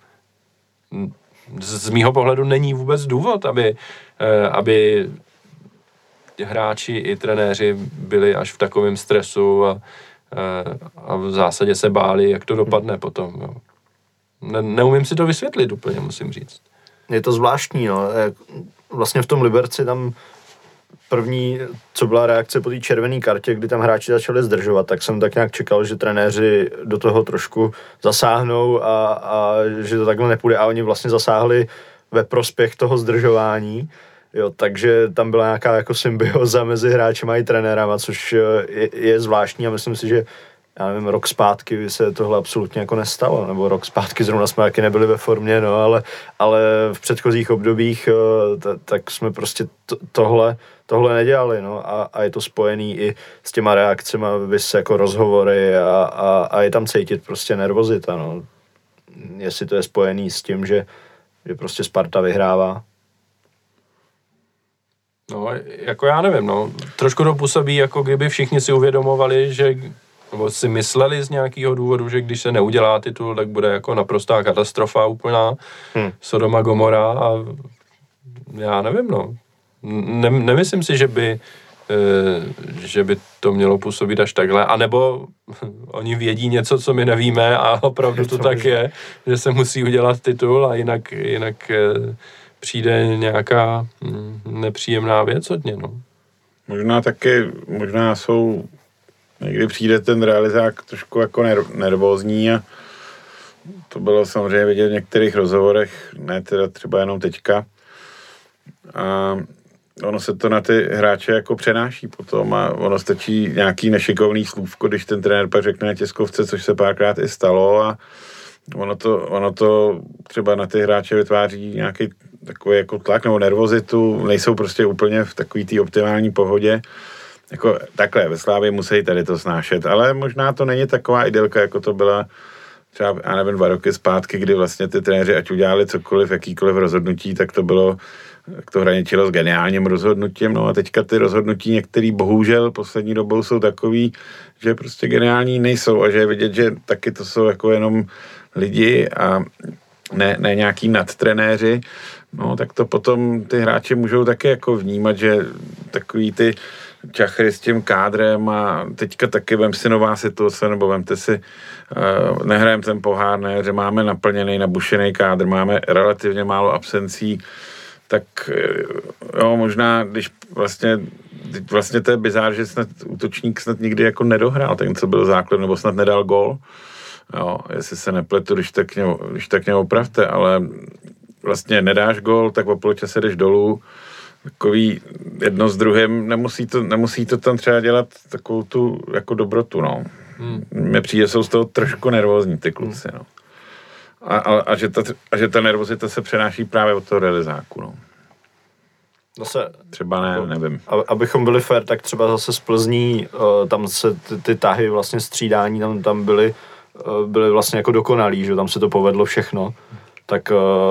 z, z mýho pohledu není vůbec důvod, aby, e, aby hráči i trenéři byli až v takovém stresu a, a v zásadě se báli, jak to dopadne potom. Jo. Ne, neumím si to vysvětlit úplně, musím říct. Je to zvláštní, no. Vlastně v tom Liberci tam první, co byla reakce po té červené kartě, kdy tam hráči začali zdržovat, tak jsem tak nějak čekal, že trenéři do toho trošku zasáhnou a, a že to takhle nepůjde a oni vlastně zasáhli ve prospěch toho zdržování. Jo, takže tam byla nějaká jako symbioza mezi hráčem a i trenérama, což je, je zvláštní a myslím si, že já nevím, rok zpátky se tohle absolutně jako nestalo, nebo rok zpátky zrovna jsme taky nebyli ve formě, no, ale, ale v předchozích obdobích t- tak jsme prostě to, tohle, tohle nedělali, no, a, a je to spojený i s těma reakcemi, vys jako rozhovory a, a, a je tam cítit prostě nervozita, no. Jestli to je spojený s tím, že, že prostě Sparta vyhrává. No, jako já nevím, no. Trošku to působí, jako kdyby všichni si uvědomovali, že, nebo si mysleli z nějakého důvodu, že když se neudělá titul, tak bude jako naprostá katastrofa úplná, hmm. Sodoma Gomora a já nevím, no. Ne, nemyslím si, že by, e, že by to mělo působit až takhle, anebo oni vědí něco, co my nevíme a opravdu to tak je, že se musí udělat titul a jinak, jinak e, přijde nějaká hm, nepříjemná věc od ně, no. Možná taky, možná jsou, někdy přijde ten realizák trošku jako nervózní a to bylo samozřejmě vidět v některých rozhovorech, ne teda třeba jenom teďka. A ono se to na ty hráče jako přenáší potom a ono stačí nějaký nešikovný slůvko, když ten trenér pak řekne na tiskovce, což se párkrát i stalo a ono to, ono to třeba na ty hráče vytváří nějaký takový jako tlak nebo nervozitu, nejsou prostě úplně v takový té optimální pohodě. Jako takhle, ve Slávii musí tady to snášet, ale možná to není taková idylka, jako to byla třeba, já nevím, dva roky zpátky, kdy vlastně ty trenéři, ať udělali cokoliv, jakýkoliv rozhodnutí, tak to bylo, tak to hraničilo s geniálním rozhodnutím, no a teďka ty rozhodnutí některý bohužel poslední dobou jsou takový, že prostě geniální nejsou a že je vidět, že taky to jsou jako jenom lidi a ne, ne nějaký nadtrenéři, no tak to potom ty hráči můžou taky jako vnímat, že takový ty čachry s tím kádrem a teďka taky vem si nová situace, nebo vemte si, uh, nehrajem ten pohár, ne, že máme naplněný, nabušený kádr, máme relativně málo absencí, tak jo, možná, když vlastně, vlastně to je bizár, že snad útočník snad nikdy jako nedohrál ten, co byl základ, nebo snad nedal gól, jo, jestli se nepletu, když tak mě, když tak mě opravte, ale vlastně nedáš gól, tak o poločase jdeš dolů, takový jedno s druhým, nemusí to, nemusí to tam třeba dělat takovou tu jako dobrotu, no. Hmm. Mně přijde, jsou z toho trošku nervózní ty kluci, no. A, a, a, že ta, a že ta nervozita se přenáší právě od toho realizáku, no. Zase, třeba ne, nevím. Abychom byli fair, tak třeba zase z Plzní, tam se ty, ty tahy vlastně střídání, tam, tam byly, byly vlastně jako dokonalý, že tam se to povedlo všechno, tak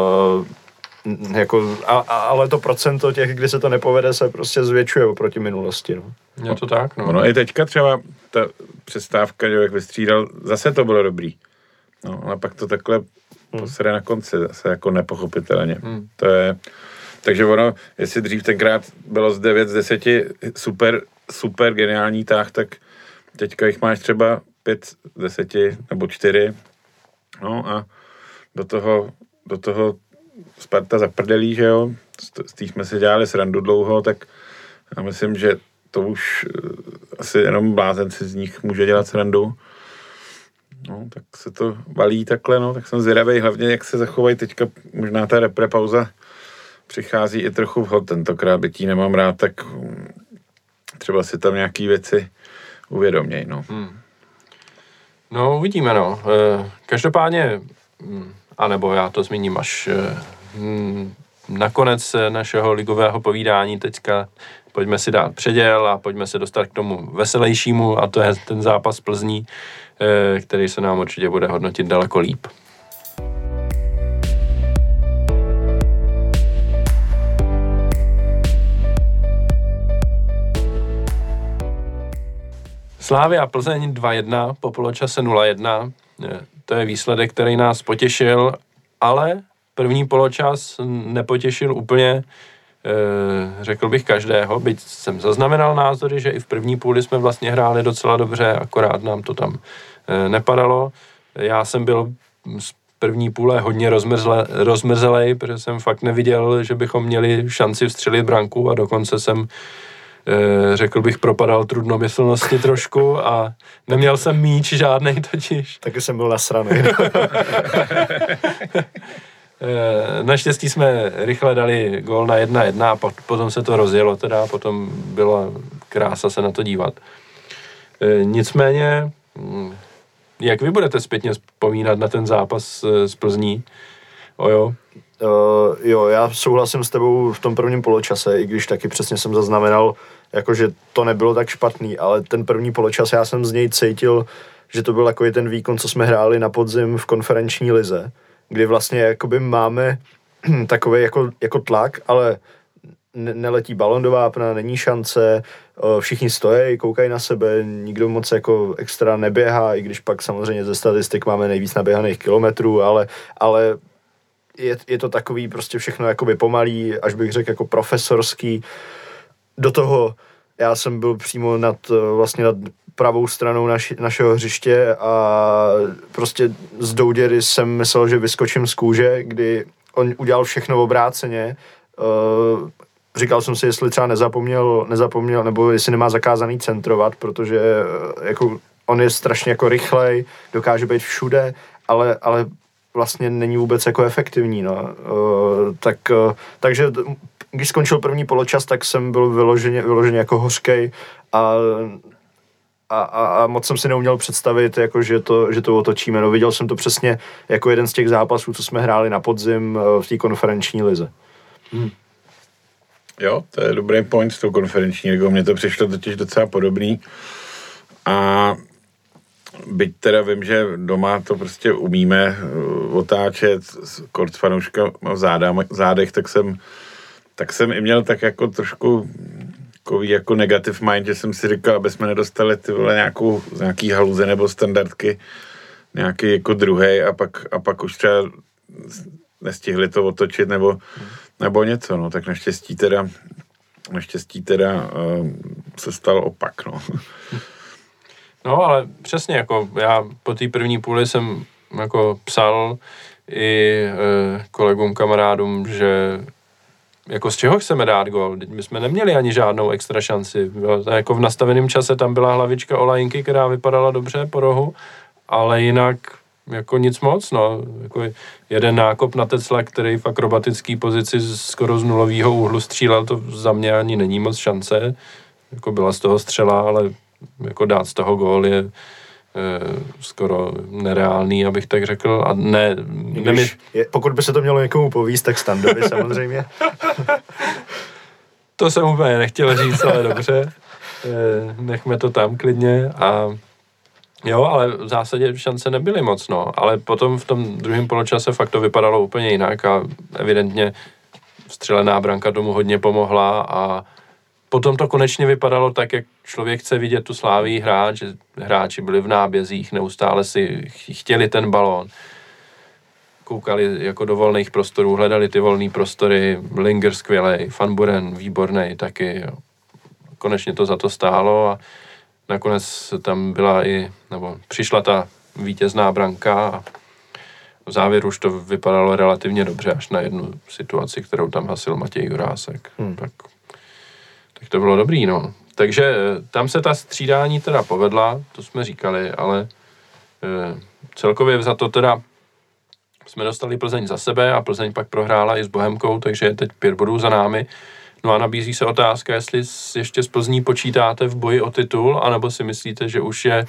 jako, a, a, ale to procento těch, kdy se to nepovede, se prostě zvětšuje oproti minulosti, no. Je to tak, no. Ono i teďka třeba ta přestávka, jak vystřídal, zase to bylo dobrý. No, ale pak to takhle hmm. posede na konci, zase jako nepochopitelně. Hmm. To je, takže ono, jestli dřív tenkrát bylo z devět z deseti super, super geniální tah, tak teďka jich máš třeba pět z deseti nebo čtyři. No a do toho, do toho Sparta zaprdelí, že jo, z té jsme si dělali srandu dlouho, tak já myslím, že to už asi jenom blázenci z nich může dělat srandu. No, tak se to valí takhle, no, tak jsem zvědavej, hlavně jak se zachovají teďka, možná ta repre pauza přichází i trochu vhod tentokrát, byť jí nemám rád, tak třeba si tam nějaký věci uvědoměj, no. Hmm. No, uvidíme, no. E, každopádně, anebo já to zmíním až e, nakonec našeho ligového povídání teďka, pojďme si dát předěl a pojďme se dostat k tomu veselejšímu, a to je ten zápas Plzní, e, který se nám určitě bude hodnotit daleko líp. Slavia Plzeň dva jedna, po poločase nula jedna. To je výsledek, který nás potěšil, ale první poločas nepotěšil úplně, řekl bych, každého, byť jsem zaznamenal názory, že i v první půli jsme vlastně hráli docela dobře, akorát nám to tam nepadalo. Já jsem byl z první půle hodně rozmrzle, rozmrzelej, protože jsem fakt neviděl, že bychom měli šanci vstřelit branku, a dokonce jsem řekl bych, propadal trudnomyslnosti trošku a neměl jsem míč žádnej totiž. Taky jsem byl nasranej. Naštěstí jsme rychle dali gól na jedna jedna a potom se to rozjelo, teda potom byla krása se na to dívat. Nicméně, jak vy budete zpětně vzpomínat na ten zápas z Plzní? Ojo? Uh, jo, já souhlasím s tebou v tom prvním poločase, i když taky přesně jsem zaznamenal, jakože to nebylo tak špatný, ale ten první poločas, já jsem z něj cítil, že to byl takový ten výkon, co jsme hráli na podzim v konferenční lize, kdy vlastně jakoby máme takový jako, jako tlak, ale ne- neletí balon do vápna, není šance, uh, všichni stojí, koukají na sebe, nikdo moc jako extra neběhá, i když pak samozřejmě ze statistik máme nejvíc naběhaných kilometrů, ale, ale Je, je to takový prostě všechno jakoby pomalý, až bych řekl jako profesorský. Do toho já jsem byl přímo nad, vlastně nad pravou stranou naši, našeho hřiště a prostě z douděry jsem myslel, že vyskočím z kůže, kdy on udělal všechno obráceně. Uh, říkal jsem si, jestli třeba nezapomněl, nezapomněl, nebo jestli nemá zakázaný centrovat, protože jako on je strašně jako rychlej, dokáže být všude, ale, ale vlastně není vůbec jako efektivní, no. Uh, tak, uh, takže když skončil první poločas, tak jsem byl vyloženě, vyloženě jako hořkej a, a, a, a moc jsem si neuměl představit, jako, že, to, že to otočíme. No, viděl jsem to přesně jako jeden z těch zápasů, co jsme hráli na podzim uh, v té konferenční lize. Hmm. Jo, to je dobrý point s tou konferenční ligou. Mně to přišlo totiž docela podobný. A byť teda vím, že doma to prostě umíme otáčet kort s fanouška v zádech, tak jsem, tak jsem i měl tak jako trošku takový jako negative mind, že jsem si říkal, aby jsme nedostali ty vole nějakou, nějaký haluze nebo standardky, nějaký jako druhej a pak, a pak už třeba nestihli to otočit nebo, nebo něco, no, tak naštěstí teda, naštěstí teda uh, se stal opak, no. No, ale přesně, jako já po té první půli jsem jako psal i e, kolegům, kamarádům, že jako z čeho chceme dát gól? My jsme neměli ani žádnou extra šanci. Jako v nastaveném čase tam byla hlavička Olajinky, která vypadala dobře po rohu, ale jinak jako nic moc, no. Jako jeden nákop na Tecla, který v akrobatické pozici skoro z nulového úhlu střílel, to za mě ani není moc šance. Jako byla z toho střela, ale jako dát z toho gól je e, skoro nereálný, abych tak řekl. A ne, nemysl... je, pokud by se to mělo někomu povíst, tak Standovi samozřejmě. To jsem úplně nechtěl říct, ale dobře. E, nechme to tam klidně. A jo, ale v zásadě šance nebyly moc, no. Ale potom v tom druhém poločase fakt to vypadalo úplně jinak a evidentně vstřelená branka tomu hodně pomohla a potom to konečně vypadalo tak, jak člověk chce vidět tu Slávii hrát, že hráči byli v nábězích, neustále si chtěli ten balón. Koukali jako do volných prostorů, hledali ty volné prostory, Linger skvělej, Van Buren výbornej taky. Jo. Konečně to za to stálo a nakonec tam byla i, nebo přišla ta vítězná branka a, v závěru už to vypadalo relativně dobře, až na jednu situaci, kterou tam hasil Matěj Jurásek. Hmm. Tak, tak to bylo dobrý, no. Takže tam se ta střídání teda povedla, to jsme říkali, ale eh, celkově za to teda jsme dostali Plzeň za sebe a Plzeň pak prohrála i s Bohemkou, takže je teď pět bodů za námi. No a nabízí se otázka, jestli ještě z Plzní počítáte v boji o titul, anebo si myslíte, že už je e,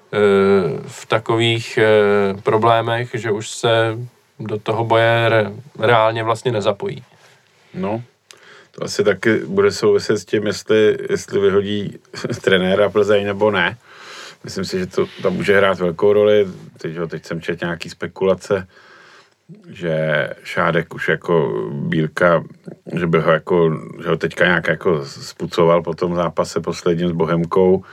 v takových e, problémech, že už se do toho boje re, reálně vlastně nezapojí. No, to asi taky bude souviset s tím, jestli, jestli vyhodí trenéra Plzeň nebo ne. Myslím si, že to tam může hrát velkou roli. Teď, jo, teď jsem četl nějaký spekulace, že Šádek už jako Bílka, že by ho jako, že ho teďka nějak jako spucoval po tom zápase posledním s Bohemkou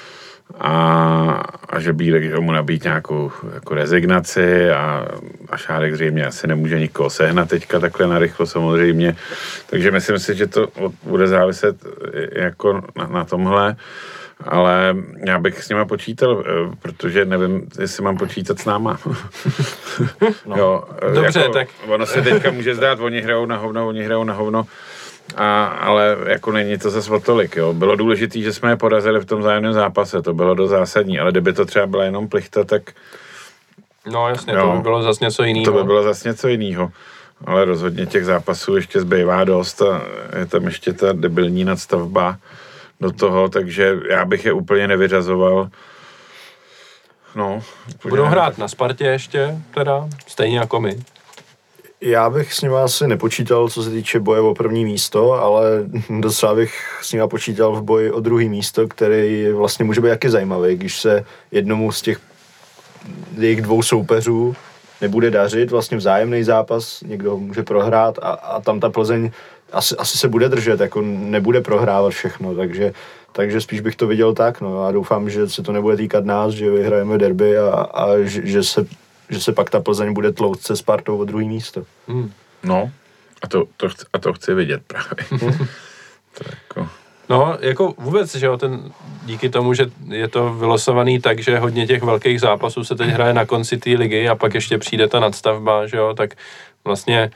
a, a že Bílek, že mu nabít nějakou jako rezignaci a, a Šádek zřejmě asi nemůže nikoho sehnat teďka takhle narychlo samozřejmě, takže myslím si, že to bude záviset jako na, na tomhle. Ale já bych s nima počítal, protože nevím, jestli mám počítat s náma. No. Jo, dobře, jako, tak... Ono se teďka může zdát, oni hrajou na hovno, oni hrajou na hovno, a, ale jako není to zase o tolik, jo. Bylo důležité, že jsme je porazili v tom vzájemném zápase, to bylo dost zásadní, ale kdyby to třeba byla jenom plichta, tak... No jasně, jo, to by bylo zase něco jiného. To by bylo zase něco jiného. Ale rozhodně těch zápasů ještě zbývá dost a je tam ještě ta debilní nadstavba do toho, takže já bych je úplně nevyřazoval. No. Budou hrát na Spartě ještě, teda, stejně jako my. Já bych s nimi asi nepočítal, co se týče boje o první místo, ale docela bych s nimi počítal v boji o druhý místo, který vlastně může být taky zajímavý, když se jednomu z těch jejich dvou soupeřů nebude dařit, vlastně vzájemný zápas, někdo ho může prohrát a, a tam ta Plzeň asi, asi se bude držet, jako nebude prohrávat všechno, takže, takže spíš bych to viděl tak, no a doufám, že se to nebude týkat nás, že vyhrajeme derby a, a že, že, se, že se pak ta Plzeň bude tlouct se Spartou o druhý místo. Hmm. No, a to, to, chci, a to chci vidět právě. To jako... No, jako vůbec, že jo, ten, díky tomu, že je to vylosovaný tak, že hodně těch velkých zápasů se teď hraje na konci té ligy a pak ještě přijde ta nadstavba, že jo, tak vlastně,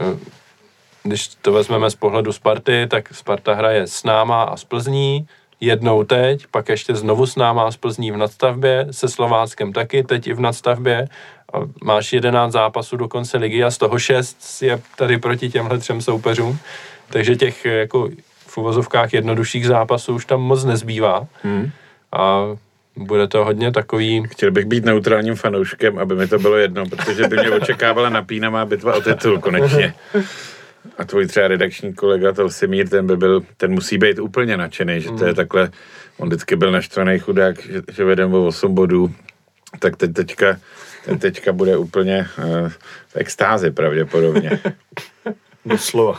když to vezmeme z pohledu Sparty, tak Sparta hraje s náma a s Plzní, jednou teď, pak ještě znovu s náma a s Plzní v nadstavbě, se Slováckem taky, teď i v nadstavbě, a máš jedenáct zápasů do konce ligy a z toho šest je tady proti těmhle třem soupeřům, takže těch jako v uvozovkách jednodušších zápasů už tam moc nezbývá. Hmm. A bude to hodně takový... Chtěl bych být neutrálním fanouškem, aby mi to bylo jedno, protože by mě očekávala napínavá bitva o titul konečně. A tvůj třeba redakční kolega Telsimír, ten by byl, ten musí být úplně nadšený, že to je takhle, on vždycky byl naštvaný chudák, že, že vedem o osm bodů, tak teď teďka, ten teďka bude úplně uh, v extázi pravděpodobně. Doslova.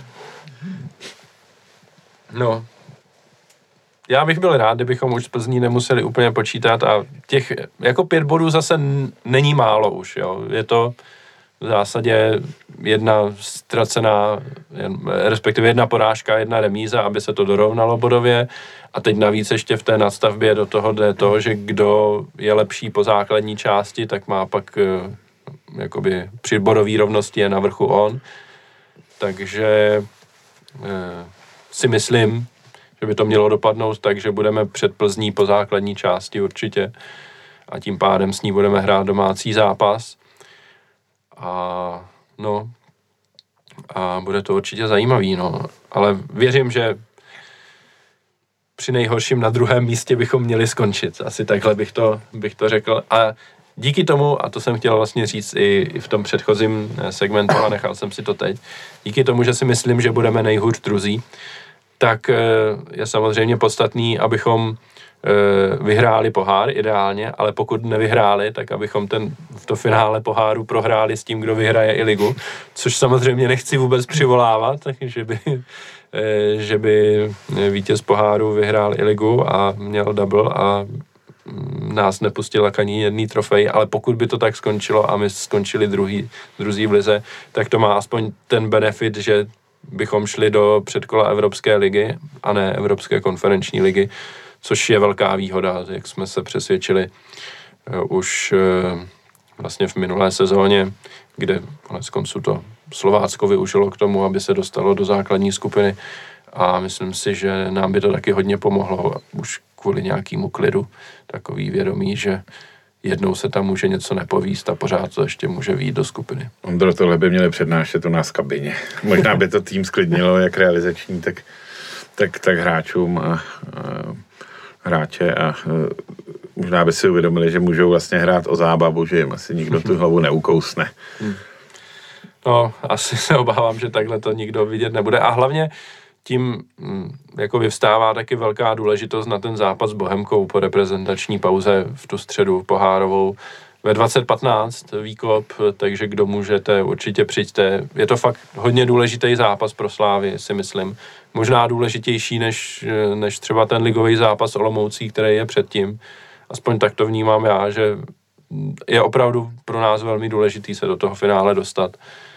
No, já bych byl rád, kdybychom už z Plzní nemuseli úplně počítat a těch, jako pět bodů zase n- není málo už, jo. Je to v zásadě jedna ztracená, respektive jedna porážka, jedna remíza, aby se to dorovnalo bodově a teď navíc ještě v té nadstavbě do toho jde to, že kdo je lepší po základní části, tak má pak jakoby při bodové rovnosti je na vrchu on, takže eh, si myslím, že by to mělo dopadnout tak, že budeme před Plzní po základní části určitě a tím pádem s ní budeme hrát domácí zápas a no a bude to určitě zajímavý, no, ale věřím, že při nejhorším na druhém místě bychom měli skončit, asi takhle bych to, bych to řekl a díky tomu, a to jsem chtěl vlastně říct i v tom předchozím segmentu, a nechal jsem si to teď, díky tomu, že si myslím, že budeme nejhůř druzí, tak je samozřejmě podstatný, abychom vyhráli pohár ideálně, ale pokud nevyhráli, tak abychom ten, v to finále poháru prohráli s tím, kdo vyhraje i ligu, což samozřejmě nechci vůbec přivolávat, takže by, že by vítěz poháru vyhrál i ligu a měl double a nás nepustila k ani jedný trofej, ale pokud by to tak skončilo a my skončili druhý, druzí v lize, tak to má aspoň ten benefit, že bychom šli do předkola Evropské ligy a ne Evropské konferenční ligy, což je velká výhoda, jak jsme se přesvědčili uh, už uh, vlastně v minulé sezóně, kde konec konců to Slovácko využilo k tomu, aby se dostalo do základní skupiny a myslím si, že nám by to taky hodně pomohlo už kvůli nějakému klidu, takový vědomí, že jednou se tam může něco nepovíst a pořád to ještě může vyjít do skupiny. Ondro, tohle by měli přednášet u nás v kabině. Možná by to tým sklidnilo, jak realizační, tak, tak, tak hráčům a, a hráče a, a možná by si uvědomili, že můžou vlastně hrát o zábavu, že jim asi nikdo tu hlavu neukousne. Hmm. No, asi se obávám, že takhle to nikdo vidět nebude a hlavně tím jako vyvstává taky velká důležitost na ten zápas s Bohemkou po reprezentační pauze v tu středu pohárovou ve dvacet patnáct výkop, takže kdo můžete, určitě přijďte. Je to fakt hodně důležitý zápas pro Slávy, si myslím. Možná důležitější než, než třeba ten ligový zápas Olomoucí, který je předtím. Aspoň tak to vnímám já, že je opravdu pro nás velmi důležitý se do toho finále dostat.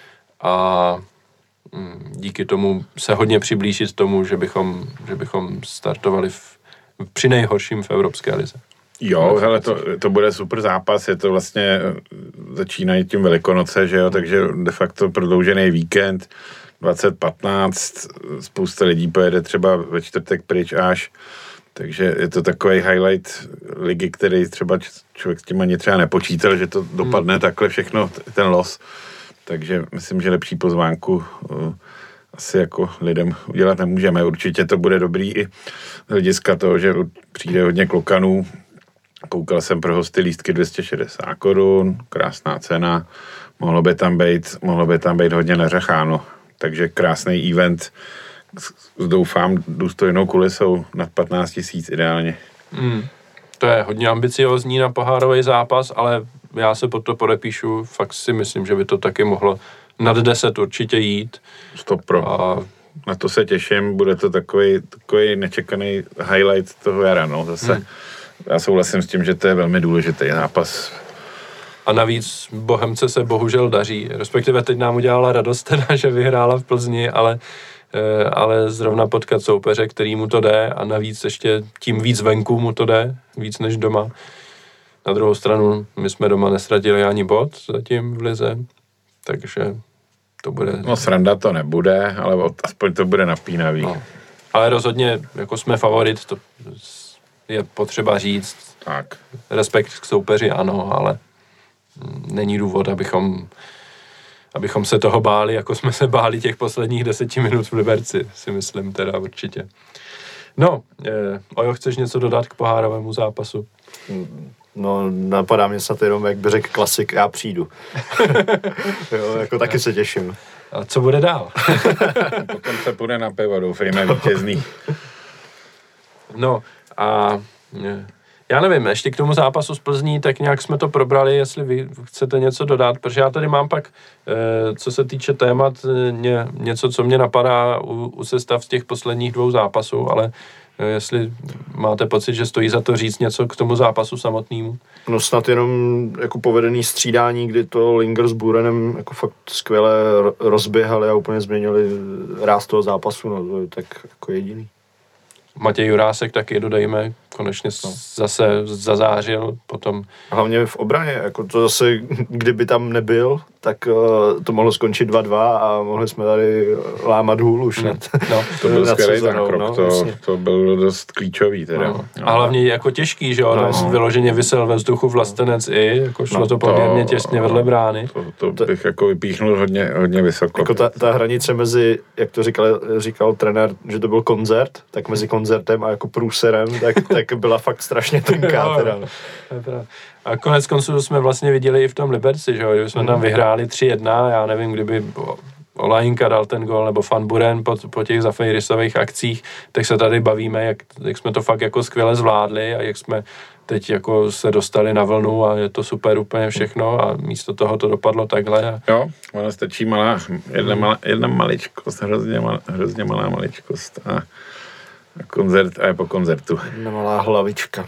A díky tomu se hodně přiblížit tomu, že bychom, že bychom startovali v, při nejhorším v Evropské lize. Jo, hele, to, to bude super zápas, je to vlastně, začínají tím Velikonoce, že jo, takže de facto prodloužený víkend, dvacet patnáct, spousta lidí pojede třeba ve čtvrtek pryč až, takže je to takový highlight ligy, který třeba člověk s tím ani třeba nepočítal, že to dopadne hmm. takhle všechno, ten los. Takže myslím, že lepší pozvánku uh, asi jako lidem udělat nemůžeme. Určitě to bude dobrý i z hlediska toho, že přijde hodně klokanů. Koukal jsem pro hosty lístky dvě stě šedesát korun, krásná cena. Mohlo by tam být, mohlo by tam být hodně nařacháno. Takže krásný event s doufám důstojnou kulisou nad patnáct tisíc ideálně. Mm, to je hodně ambiciozní na pohárový zápas, ale já se pod to podepíšu, fakt si myslím, že by to taky mohlo nad deset určitě jít. Stop pro. A na to se těším, bude to takový, takový nečekaný highlight toho jara, no, zase. Hmm. Já souhlasím s tím, že to je velmi důležitý zápas. A navíc Bohemce se bohužel daří, respektive teď nám udělala radost teda, že vyhrála v Plzni, ale, ale zrovna potkat soupeře, který mu to jde a navíc ještě tím víc venku mu to jde, víc než doma. Na druhou stranu, my jsme doma nesradili ani bod zatím v lize, takže to bude... No sranda to nebude, ale aspoň to bude napínavý. No. Ale rozhodně, jako jsme favorit, to je potřeba říct. Tak. Respekt k soupeři, ano, ale není důvod, abychom, abychom se toho báli, jako jsme se báli těch posledních deseti minut v Liberci, si myslím teda určitě. No, eh, Ojo, chceš něco dodat k pohárovému zápasu? No, napadá mě snad jenom, jak by řekl klasik, já přijdu. Jo, jako taky se těším. A co bude dál? Potom se půjde na pivo, doufejme vítězný. No a já nevím, ještě k tomu zápasu z Plzní, tak nějak jsme to probrali, jestli vy chcete něco dodat, protože já tady mám pak, co se týče témat, ně, něco, co mě napadá u, u sestav z těch posledních dvou zápasů, ale jestli máte pocit, že stojí za to říct něco k tomu zápasu samotnému. No snad jenom jako povedený střídání, kdy to Linger s Burenem jako fakt skvěle rozběhali a úplně změnili ráz toho zápasu, no to je tak jako jediný. Matěj Jurásek taky, dodejme, konečně no. zase zazářil, potom... Hlavně v obraně, jako to zase, kdyby tam nebyl, tak uh, to mohlo skončit dva dva a mohli jsme tady lámat hůl už. Mm. No, to byl skvělý ten krok, no, to, to byl dost klíčový teda. No. A hlavně jako těžký, že jo, no. Tam vyloženě visel ve vzduchu Vlastenec i, jako šlo no, to poměrně těsně vedle brány. To, to bych jako vypíchnul hodně, hodně vysoko. Jako ta, ta hranice mezi, jak to říkal, říkal trenér, že to byl koncert, tak mezi koncertem a jako průserem, tak, tak byla fakt strašně tenká no, teda. A konec konců jsme vlastně viděli i v tom Liberci, že jo, když jsme mm. tam vyhráli tři jedna, já nevím, kdyby Olajinka dal ten gol, nebo Van Buren po, po těch Zafejrisových akcích, tak se tady bavíme, jak, jak jsme to fakt jako skvěle zvládli a jak jsme teď jako se dostali na vlnu a je to super úplně všechno a místo toho to dopadlo takhle. A... Jo, ona stačí malá, jedna, malá, jedna maličkost, hrozně, mal, hrozně malá maličkost a, a koncert a je po koncertu. Jedna malá hlavička.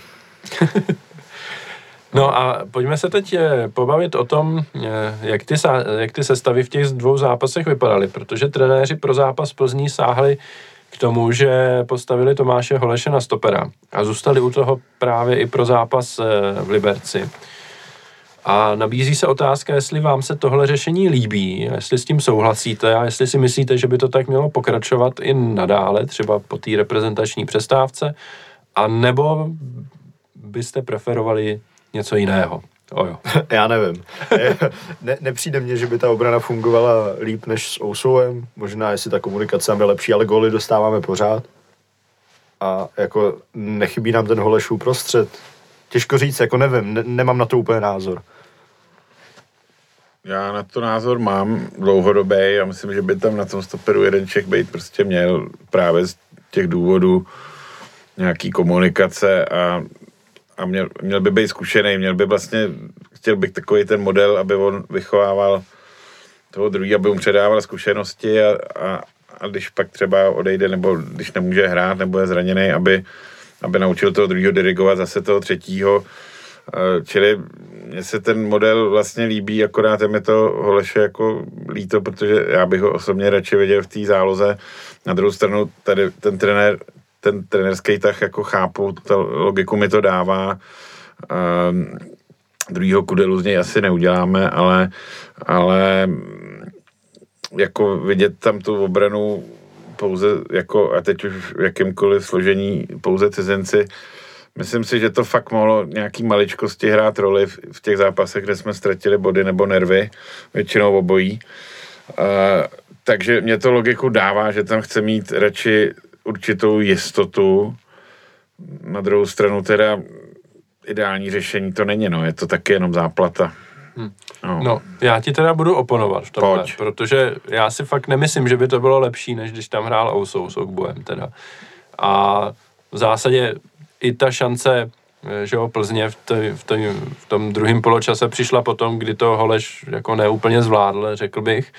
No a pojďme se teď pobavit o tom, jak ty, jak ty sestavy v těch dvou zápasech vypadaly, protože trenéři pro zápas Plzní sáhli k tomu, že postavili Tomáše Holeše na stopera a zůstali u toho právě i pro zápas v Liberci. A nabízí se otázka, jestli vám se tohle řešení líbí, jestli s tím souhlasíte a jestli si myslíte, že by to tak mělo pokračovat i nadále, třeba po té reprezentační přestávce, a nebo byste preferovali něco jiného. Ojo. Já nevím. Ne, nepřijde mně, že by ta obrana fungovala líp než s Ousouem. Možná, jestli ta komunikace je lepší, ale góly dostáváme pořád. A jako nechybí nám ten Holeš uprostřed. Těžko říct, jako nevím, ne, nemám na to úplně názor. Já na to názor mám dlouhodobý a myslím, že by tam na tom stoperu jeden Čech být prostě měl právě z těch důvodů nějaký komunikace a, a měl, měl by být zkušený, měl by vlastně, chtěl bych takový ten model, aby on vychovával toho druhý, aby mu předával zkušenosti a, a, a když pak třeba odejde, nebo když nemůže hrát, nebo je zraněný, aby, aby naučil toho druhého dirigovat zase toho třetího. Čili mně se ten model vlastně líbí, akorát je mi to Holeše jako líto, protože já bych ho osobně radši viděl v té záloze. Na druhou stranu tady ten trenér, ten trenérský tah jako chápu, ta logiku mi to dává. Um, druhýho Kudelu z něj asi neuděláme, ale, ale jako vidět tam tu obranu pouze jako, a teď už v jakýmkoliv složení pouze cizinci, myslím si, že to fakt mohlo nějaký maličkosti hrát roli v, v těch zápasech, kde jsme ztratili body nebo nervy, většinou obojí. Uh, takže mě to logiku dává, že tam chce mít radši určitou jistotu. Na druhou stranu teda ideální řešení to není, no, je to taky jenom záplata. Hmm. No. no, já ti teda budu oponovat v tomhle, Pojď. Protože já si fakt nemyslím, že by to bylo lepší, než když tam hrál Ousou s Ogbuem teda. A v zásadě i ta šance, že jo, Plzně v, tý, v, tý, v tom druhém poločase přišla potom, kdy to Holeš jako neúplně zvládl, řekl bych.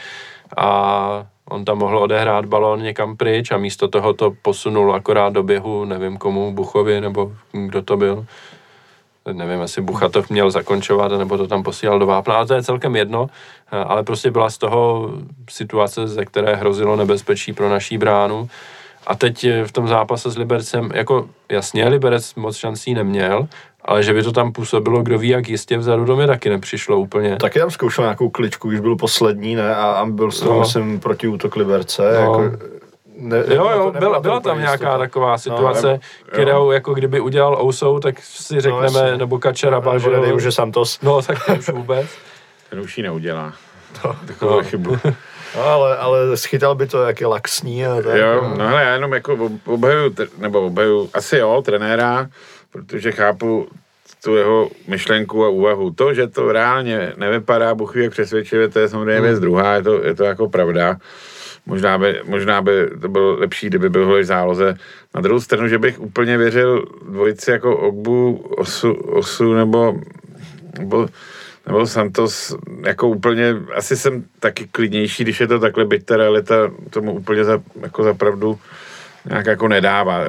A on tam mohl odehrát balón někam pryč a místo toho to posunul akorát do běhu, nevím komu, Buchovi, nebo kdo to byl. Nevím, jestli Bucha to měl zakončovat, nebo to tam posílal do vápna, ale to je celkem jedno. Ale prostě byla z toho situace, ze které hrozilo nebezpečí pro naší bránu. A teď v tom zápase s Libercem, jako jasně, Liberec moc šancí neměl, ale že by to tam působilo, kdo ví, jak jistě vzadu do mě taky nepřišlo úplně. Taky tam zkoušel nějakou kličku, když byl poslední, ne? A, a byl z toho, no. myslím, protiútok Liberce. No. Jako, ne, jo, jo, byla, byla tam nějaká jistota. Taková situace, no, kterou jako kdyby udělal Ousou, tak si řekneme, no, nebo Kačaraba, no, že jo. Už je Santos. No, tak to už vůbec. Ten už ji neudělá. No. Takovou no. chybu. No, ale, ale schytal by to, jak je laxní a tak. Jo, no hele, já jenom jako obhaju, nebo obhaju, asi jo, trenéra, protože chápu tu jeho myšlenku a úvahu. To, že to reálně nevypadá, Bůh ví, jak přesvědčivě, to je samozřejmě věc druhá, je to, je to jako pravda. Možná by, možná by to bylo lepší, kdyby byl Holeš záloze. Na druhou stranu, že bych úplně věřil dvojici jako Ogbu, Osu, Osu nebo, nebo nebo Santos, jako úplně, asi jsem taky klidnější, když je to takhle, byť ta realita tomu úplně za, jako za pravdu nějak jako nedává.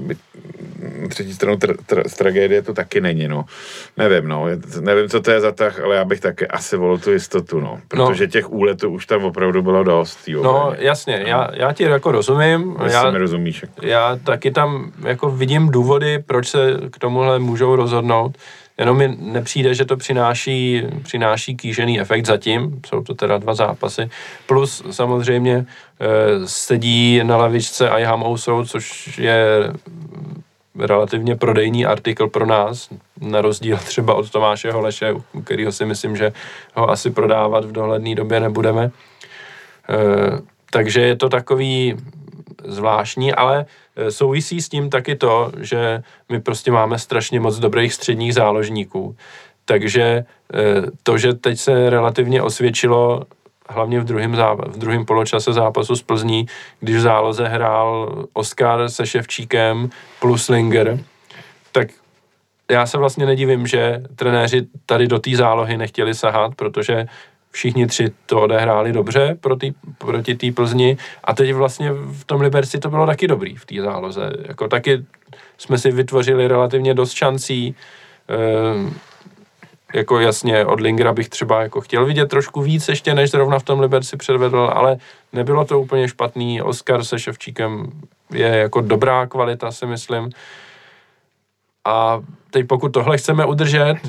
Třetí stranu tra, tra, z tragédie to taky není, no. Nevím, no. Nevím, co to je za tah, ale já bych taky asi volil tu jistotu, no. Protože no. těch úletů už tam opravdu bylo dost. Jo, no, jasně, no. Já, já ti jako rozumím. Já, mi rozumíš. Jako. Já taky tam jako vidím důvody, proč se k tomuhle můžou rozhodnout. Jenom mi nepřijde, že to přináší, přináší kýžený efekt zatím, jsou to teda dva zápasy, plus samozřejmě e, sedí na lavičce Ayham Ousou, což je relativně prodejný artikl pro nás, na rozdíl třeba od Tomáše Holeše, u kterého si myslím, že ho asi prodávat v dohledné době nebudeme. E, takže je to takový zvláštní, ale souvisí s tím taky to, že my prostě máme strašně moc dobrých středních záložníků. Takže to, že teď se relativně osvědčilo, hlavně v druhém, zápa- v druhém poločase zápasu z Plzní, když v záloze hrál Oskar se Ševčíkem plus Linger, tak já se vlastně nedivím, že trenéři tady do té zálohy nechtěli sahat, protože všichni tři to odehráli dobře proti, proti té Plzni a teď vlastně v tom Liberci to bylo taky dobrý v té záloze. Jako taky jsme si vytvořili relativně dost šancí. E, jako jasně od Lingera bych třeba jako chtěl vidět trošku víc ještě, než zrovna v tom Liberci předvedl, ale nebylo to úplně špatný. Oskar se Ševčíkem je jako dobrá kvalita, si myslím. A teď pokud tohle chceme udržet,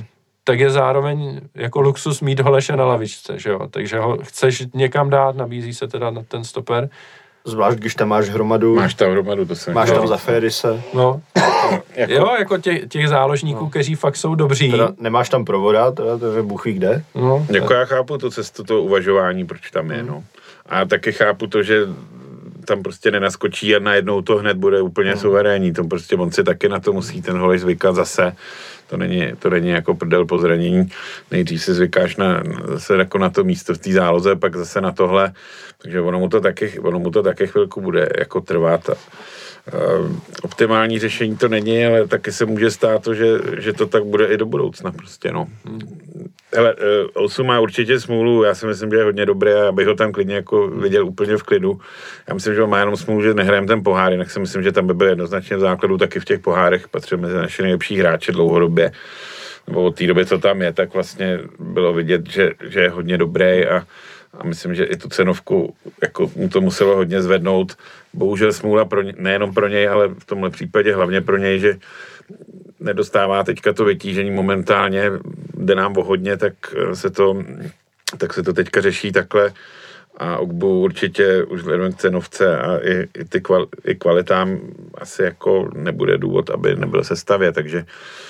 tak je zároveň jako luxus mít Holeše na lavičce, že jo, takže ho chceš někam dát, nabízí se teda na ten stoper. Zvlášť, když tam máš hromadu. Máš tam hromadu, to jsem Máš tam Zaférise. No, jako, jo, jako těch, těch záložníků, no. kteří fakt jsou dobří. Teda nemáš tam provoda, teda to je bůh ví kde. No, jako já chápu tu cestu toho uvažování, proč tam je, no. A taky chápu to, že tam prostě nenaskočí a najednou to hned bude úplně no. suverénní. To prostě on si taky na to musí ten Holeš zvykat zase. To není, to není jako prdel po zranění. Nejdřív si zvykáš na, zase jako na to místo v té záloze, pak zase na tohle. Takže ono mu to taky, ono mu to taky chvilku bude jako trvat. A, Uh, optimální řešení to není, ale taky se může stát to, že, že to tak bude i do budoucna prostě, no. Hele, uh, Osu má určitě smůlu, já si myslím, že je hodně dobrý a abych ho tam klidně jako viděl úplně v klidu. Já myslím, že on má jenom smůlu, že nehrajeme ten pohár, jinak si myslím, že tam by byl jednoznačně v základu taky v těch pohárech, patří mezi naše nejlepší hráče dlouhodobě. Nebo od té doby, co tam je, tak vlastně bylo vidět, že, že je hodně dobrý a A myslím, že i tu cenovku jako mu to muselo hodně zvednout. Bohužel smůla pro ně, nejenom pro něj, ale v tomhle případě hlavně pro něj, že nedostává teďka to vytížení momentálně, jde nám o hodně, tak se to, tak se to teďka řeší takhle. A Ogbu určitě už vzhledem k cenovce a i, i, ty kval, i kvalitám asi jako nebude důvod, aby nebyl v sestavě, takže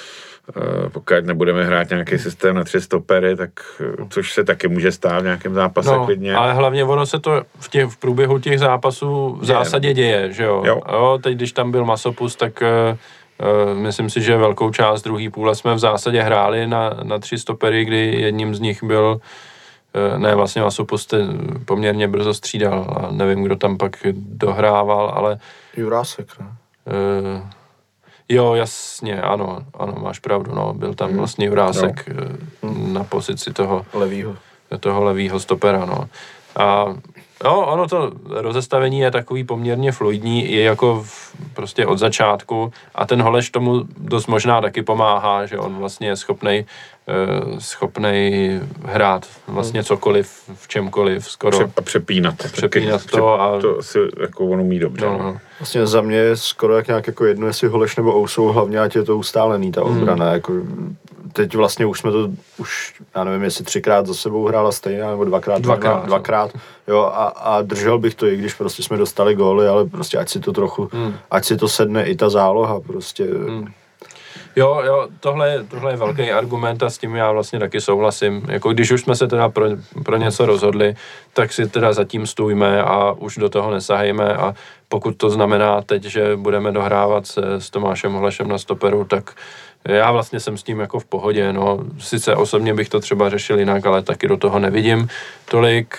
Uh, pokud nebudeme hrát nějaký systém na tři stopery, tak což se taky může stát v nějakém zápase no, klidně. Ale hlavně ono se to v, těch, v průběhu těch zápasů v zásadě děje, že jo? jo. jo teď, když tam byl Masopust, tak uh, uh, myslím si, že velkou část druhý půle jsme v zásadě hráli na, na tři stopery, kdy jedním z nich byl uh, ne, vlastně Masopust poměrně brzo střídal a nevím, kdo tam pak dohrával, ale Jurásek, ne? Uh, Jo, jasně, ano, ano, máš pravdu, no, byl tam vlastně Jurásek no. na pozici toho levýho, toho levýho stopera, no. A no, ono to rozestavení je takový poměrně fluidní, je jako v, prostě od začátku a ten Holeš tomu dost možná taky pomáhá, že on vlastně je schopnej, uh, schopnej hrát vlastně cokoliv, v čemkoliv, skoro. A přepínat. Přepínat to a... To asi jako on umí dobře. No, no. Vlastně za mě je skoro jak nějak jako jedno, jestli Holeš nebo Ousou, hlavně ať je to ustálený, ta obrana, hmm. jako teď vlastně už jsme to, už já nevím, jestli třikrát za sebou hrála stejně, nebo dvakrát, dvakrát, dvakrát, dvakrát jo, a, a držel bych to, i když prostě jsme dostali góly, ale prostě ať si to trochu, hmm. ať si to sedne i ta záloha, prostě. Hmm. Jo, jo, tohle, tohle je velký argument a s tím já vlastně taky souhlasím. Jako když už jsme se teda pro, pro něco rozhodli, tak si teda zatím stůjme a už do toho nesahejme a pokud to znamená teď, že budeme dohrávat se s Tomášem Holešem na stoperu, tak já vlastně jsem s tím jako v pohodě, no. Sice osobně bych to třeba řešil jinak, ale taky do toho nevidím tolik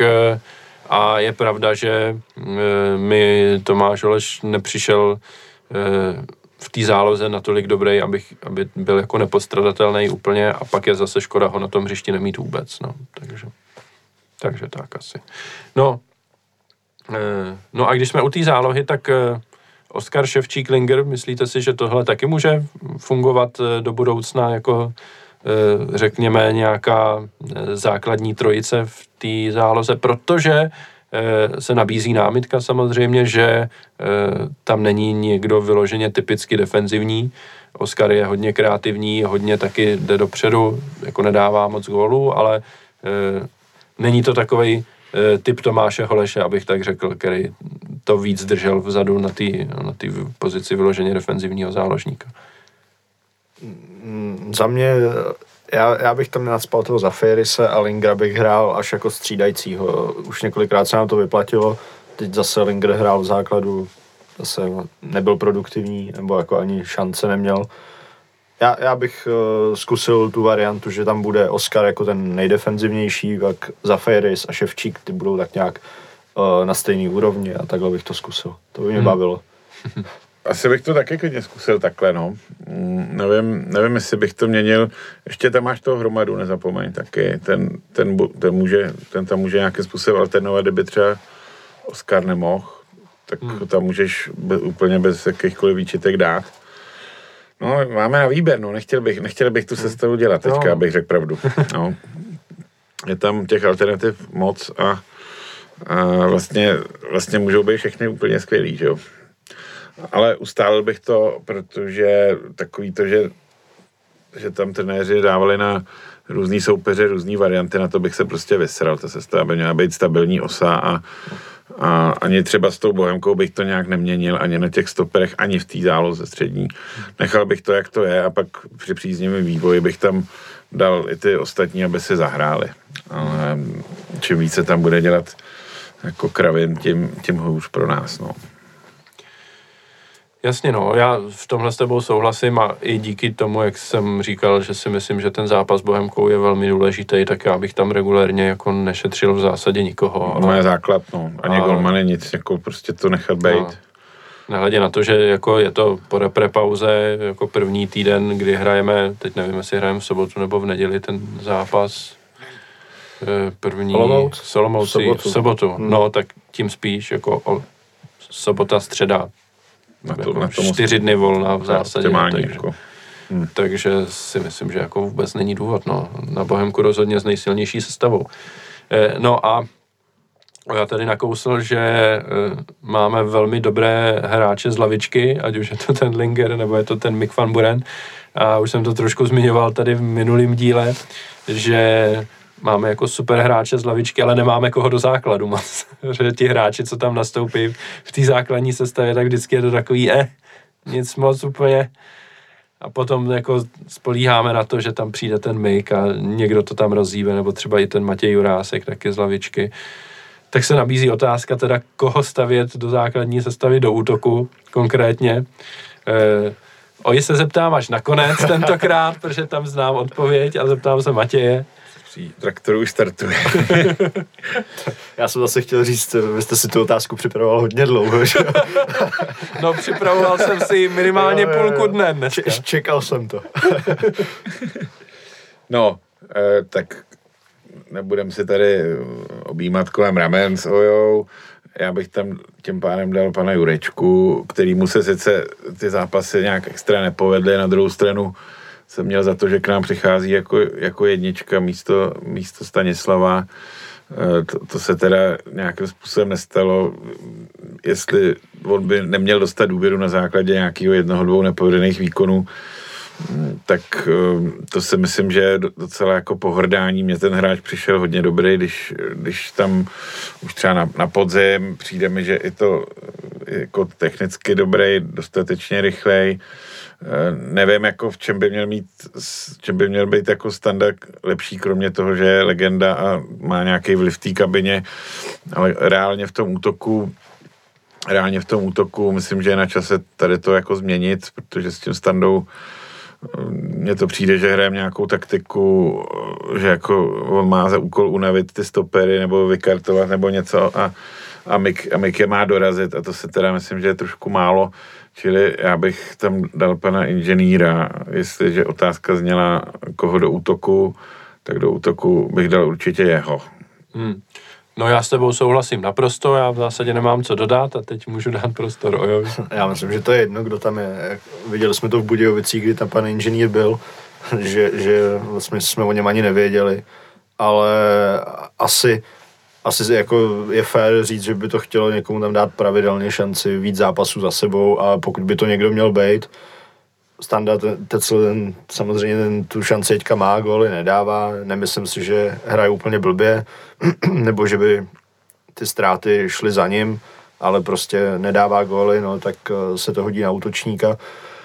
a je pravda, že mi Tomáš Holeš nepřišel v té záloze natolik dobrý, abych, aby byl jako nepostradatelný úplně a pak je zase škoda ho na tom hřišti nemít vůbec, no, takže, takže tak asi. No, e, no a když jsme u té zálohy, tak e, Oskar Ševčík-Linger, myslíte si, že tohle taky může fungovat e, do budoucna jako e, řekněme nějaká e, základní trojice v té záloze, protože se nabízí námitka samozřejmě, že e, tam není někdo vyloženě typicky defenzivní. Oskar je hodně kreativní, hodně taky jde dopředu, jako nedává moc gólů, ale e, není to takovej e, typ Tomáše Holeše, abych tak řekl, který to víc držel vzadu na té na té pozici vyloženě defenzivního záložníka. Za mě Já, já bych tam nacpal toho Zaférise a Lingera bych hrál až jako střídajícího. Už několikrát se nám to vyplatilo. Teď zase Linger hrál v základu, zase nebyl produktivní, nebo jako ani šance neměl. Já, já bych uh, zkusil tu variantu, že tam bude Oskar jako ten nejdefenzivnější, pak Zaféris a Ševčík, ty budou tak nějak uh, na stejný úrovni a takhle bych to zkusil. To by mě hmm. bavilo. Asi bych to taky klidně zkusil takhle, no. Mm, nevím, nevím, jestli bych to měnil. Ještě tam máš toho Hromadu, nezapomeň taky. Ten, ten, ten, může, ten tam může nějakým způsobem alternovat, kdyby třeba Oskar nemohl, tak hmm. tam můžeš be, úplně bez jakýchkoliv výčitek dát. No, máme na výběr, no. Nechtěl bych, nechtěl bych tu sestavu dělat teďka, no. abych řekl pravdu. No. Je tam těch alternativ moc a, a vlastně, vlastně můžou být všechny úplně skvělý, že jo. Ale ustálil bych to, protože takový to, že že tam trenéři dávali na různý soupeře, různý varianty, na to bych se prostě vysral. Ta sestava by měla být stabilní osa a, a ani třeba s tou Bohemkou bych to nějak neměnil, ani na těch stoperech, ani v té záloze střední. Nechal bych to, jak to je, a pak při příznivém vývoji bych tam dal i ty ostatní, aby si zahráli. Ale čím více tam bude dělat jako kravin, tím, tím hůř pro nás, no. Jasně, no, já v tomhle s tebou souhlasím a i díky tomu, jak jsem říkal, že si myslím, že ten zápas s Bohemkou je velmi důležitý, tak já bych tam regulérně jako nešetřil v zásadě nikoho. No je základ, no. Ani ale... golmany, nic, jako prostě to nechat bejt. No. Nehledě na to, že jako je to po repre pauze, jako první týden, kdy hrajeme, teď nevím, jestli hrajeme v sobotu nebo v neděli ten zápas, první Olomouc? Solomoucí, sobotu. v sobotu, hmm. no tak tím spíš jako o, sobota, středa, Na to, jako na tomu čtyři dny volna v zásadě, takže, jako. hmm. takže si myslím, že jako vůbec není důvod, no, na Bohemku rozhodně s nejsilnější sestavou. Eh, no a já tady nakousl, že e, máme velmi dobré hráče z lavičky, ať už je to ten Linger, nebo je to ten Mick van Buren. A už jsem to trošku zmiňoval tady v minulém díle, že máme jako super hráče z lavičky, ale nemáme koho do základu moc. Že ti hráči, co tam nastoupí v té základní sestavě, tak vždycky je to takový, eh, nic moc úplně. A potom jako spolíháme na to, že tam přijde ten Mick a někdo to tam rozhýbe, nebo třeba i ten Matěj Jurásek taky z lavičky. Tak se nabízí otázka teda, koho stavět do základní sestavy, do útoku konkrétně. E, Oji se zeptám až nakonec tentokrát, protože tam znám odpověď a zeptám se Matěje. Traktor už startuje. Já jsem zase chtěl říct, vy jste si tu otázku připravoval hodně dlouho, že? No, připravoval jsem si minimálně jo, jo, jo. půlku dne dneska. Č- čekal jsem to. No, eh, tak nebudem si tady objímat kolem ramen s Ojou. Já bych tam tím pádem dal pana Jurečku, kterýmu se sice ty zápasy nějak extra nepovedly, na druhou stranu jsem měl za to, že k nám přichází jako, jako jednička místo, místo Stanislava. To, to se teda nějakým způsobem nestalo. Jestli on by neměl dostat důvěru na základě nějakého jednoho, dvou nepovedených výkonů, tak to si myslím, že je docela jako pohrdání. Mně ten hráč přišel hodně dobrý, když, když tam už třeba na, na podzim přijde mi, že i to jako technicky dobrý, dostatečně rychlej. Nevím, jako v čem by měl mít, v čem by měl být jako standard lepší, kromě toho, že je legenda a má nějaký vliv v té kabině, ale reálně v tom útoku reálně v tom útoku myslím, že je na čase tady to jako změnit, protože s tím Standou mně to přijde, že hrajeme nějakou taktiku, že jako on má za úkol unavit ty stopery nebo vykartovat nebo něco a, a, Mik, a Mik je má dorazit a to se teda myslím, že je trošku málo, čili já bych tam dal pana inženýra, jestliže otázka zněla koho do útoku, tak do útoku bych dal určitě jeho. Hmm. No já s tebou souhlasím naprosto, já v zásadě nemám co dodat a teď můžu dát prostor Ojovi. Já myslím, že to je jedno, kdo tam je. Viděli jsme to v Budějovicích, kdy tam pan inženýr byl, že, že vlastně jsme o něm ani nevěděli, ale asi, asi jako je fér říct, že by to chtělo někomu tam dát pravidelně šanci víc zápasů za sebou a pokud by to někdo měl být, Standa Tecl ten, samozřejmě ten, tu šanci teďka má, góly nedává, nemyslím si, že hraje úplně blbě, nebo že by ty ztráty šly za ním, ale prostě nedává góly, no tak se to hodí na útočníka.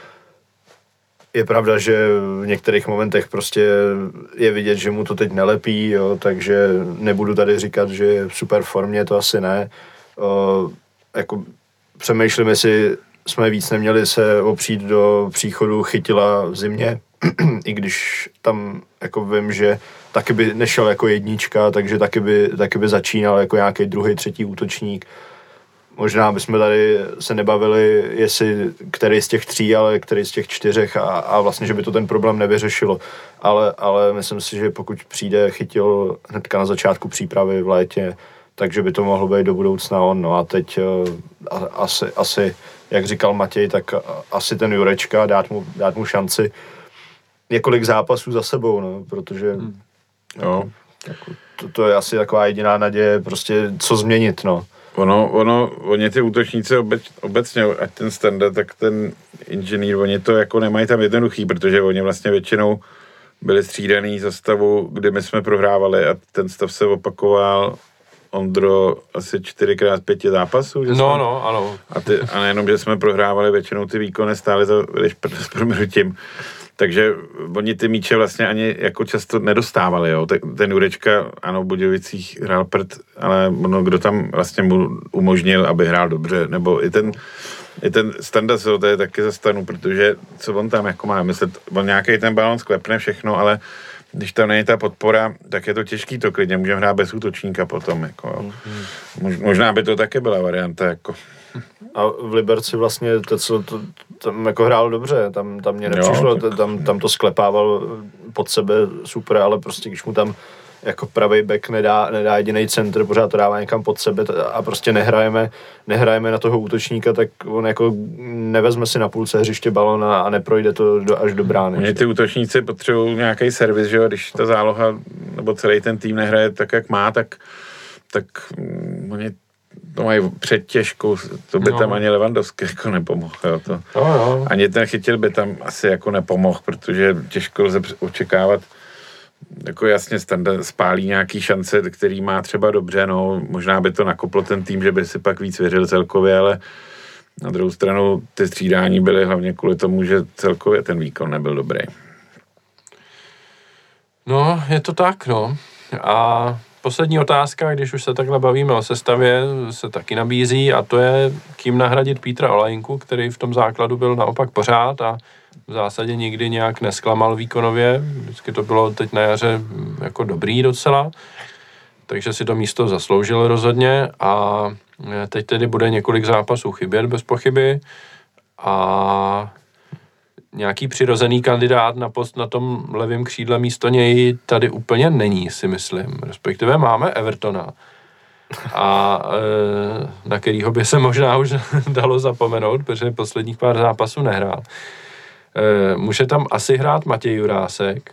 Je pravda, že v některých momentech prostě je vidět, že mu to teď nelepí, jo, takže nebudu tady říkat, že je v super formě, to asi ne. O, jako přemýšlím, jestli jsme víc neměli se opřít do příchodu Chytila v zimě, i když tam jako vím, že taky by nešel jako jednička, takže taky by, taky by začínal jako nějaký druhý, třetí útočník. Možná bychom tady se nebavili, jestli který z těch tří, ale který z těch čtyřech a, a vlastně, že by to ten problém nevyřešilo. Ale, ale myslím si, že pokud přijde Chytil hnedka na začátku přípravy v létě, takže by to mohlo být do budoucna on. No a teď a, asi, asi, jak říkal Matěj, tak a, asi ten Jurečka, dát mu, dát mu šanci několik zápasů za sebou, no, protože hmm. jako, jako, to, to je asi taková jediná naděje, prostě co změnit, no. Ono, ono, oni ty útočníci obec, obecně, ať ten Standa, tak ten inženýr, oni to jako nemají tam jednoduchý, protože oni vlastně většinou byli střídaný za stavu, kdy my jsme prohrávali a ten stav se opakoval, Ondro, asi čtyřikrát pěti zápasů, že No, jsme, no, ano. A, ty, a nejenom, že jsme prohrávali, většinou ty výkony stály za, s proměnutím. Takže oni ty míče vlastně ani jako často nedostávali, jo. Ten Jurečka, ano, v Budějovicích hrál prd, ale ono, kdo tam vlastně mu umožnil, aby hrál dobře, nebo i ten, i ten Standa, to je taky za Stanu, protože co on tam jako má myslet, on nějaký ten balon sklepne všechno, ale když tam není ta podpora, tak je to těžký to klidně, můžeme hrát bez útočníka potom, jako, jo. Možná by to taky byla varianta, jako. A v Liberci vlastně to, co to, tam jako hrál dobře, tam, tam mě nepřišlo, jo, tam, tam to sklepával pod sebe super, ale prostě když mu tam jako pravej back nedá, nedá jediný centr, pořád to dává někam pod sebe a prostě nehrajeme, nehrajeme na toho útočníka, tak on jako nevezme si na půlce hřiště balon a neprojde to do, až do brány. Oni ty útočníci potřebují nějaký servis, že jo, když ta záloha nebo celý ten tým nehraje tak, jak má, tak, tak um, oni to mají předtěžkou, to by no. tam ani Levandovský jako nepomohl. Jo, to. No, no. Ani ten Chytil by tam asi jako nepomohl, protože těžko lze očekávat, jako jasně Standa spálí nějaký šance, který má třeba dobře, no možná by to nakoplo ten tým, že by si pak víc věřil celkově, ale na druhou stranu ty střídání byly hlavně kvůli tomu, že celkově ten výkon nebyl dobrý. No, je to tak, no. A poslední otázka, když už se takhle bavíme o sestavě, se taky nabízí a to je, kým nahradit Pítra Olajnku, který v tom základu byl naopak pořád a v zásadě nikdy nějak nesklamal výkonově. Vždycky to bylo teď na jaře jako dobrý docela, takže si to místo zasloužil rozhodně a teď tedy bude několik zápasů chybět bez pochyby a nějaký přirozený kandidát na post na tom levém křídle místo něj tady úplně není, si myslím. Respektive máme Evertona, a e, na kterýho by se možná už dalo zapomenout, protože posledních pár zápasů nehrál. E, může tam asi hrát Matěj Jurásek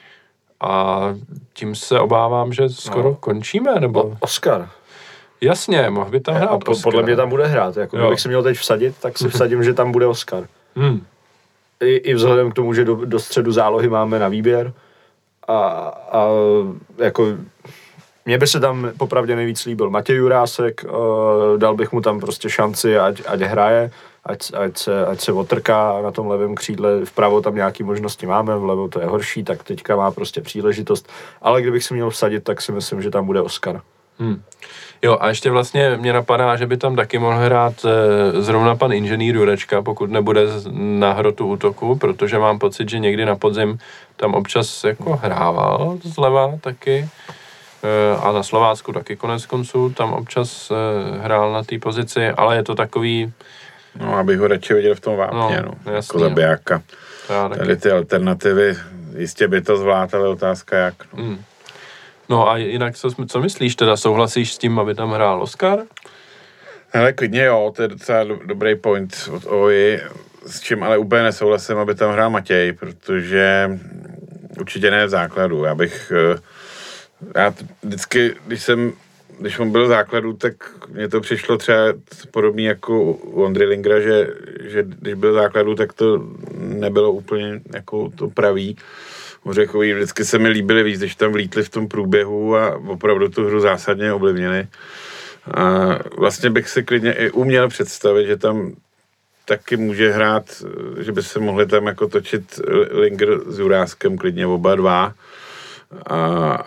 a tím se obávám, že skoro no. končíme, nebo... O, Oskar. Jasně, mohl by tam hrát po, Podle mě tam bude hrát, jako kdybych si měl teď vsadit, tak si vsadím, že tam bude Oskar. Hmm. I, I vzhledem k tomu, že do, do středu zálohy máme na výběr a, a jako mně by se tam popravdě nejvíc líbil Matěj Jurásek, uh, dal bych mu tam prostě šanci, ať, ať hraje, ať, ať, se, ať se otrká na tom levém křídle, vpravo tam nějaký možnosti máme, vlevo to je horší, tak teďka má prostě příležitost, ale kdybych si měl vsadit, tak si myslím, že tam bude Oskar. Hmm. Jo, a ještě vlastně mě napadá, že by tam taky mohl hrát e, zrovna pan inženýr Jurečka, pokud nebude na hrotu útoku, protože mám pocit, že někdy na podzim tam občas jako hrával zleva taky e, a na Slovácku taky konec konců, tam občas e, hrál na té pozici, ale je to takový... No, abych ho radši viděl v tom vápně, no, no jasný, jako zabijáka. No. Tady ty alternativy, jistě by to zvládl, ale otázka jak. No. Hmm. No a jinak, co, co myslíš teda? Souhlasíš s tím, aby tam hrál Oskar? Hele, klidně jo, to je docela do, dobrý point od Oji, s čím ale úplně nesouhlasím, aby tam hrál Matěj, protože určitě ne v základu. Já bych, já vždycky, když jsem, když on byl v základu, tak mně to přišlo třeba podobný jako u Ondry Lingera, že, že když byl v základu, tak to nebylo úplně jako to pravý. Ořechový vždycky se mi líbily víc, když tam vlítli v tom průběhu a opravdu tu hru zásadně ovlivnili. A vlastně bych si klidně i uměl představit, že tam taky může hrát, že by se mohli tam jako točit Linger s Juráskem klidně oba dva. A,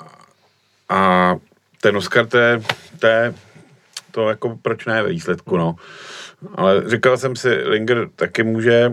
a ten Oskar, to je, to je to jako proč ne ve výsledku, no. Ale říkal jsem si, Linger taky může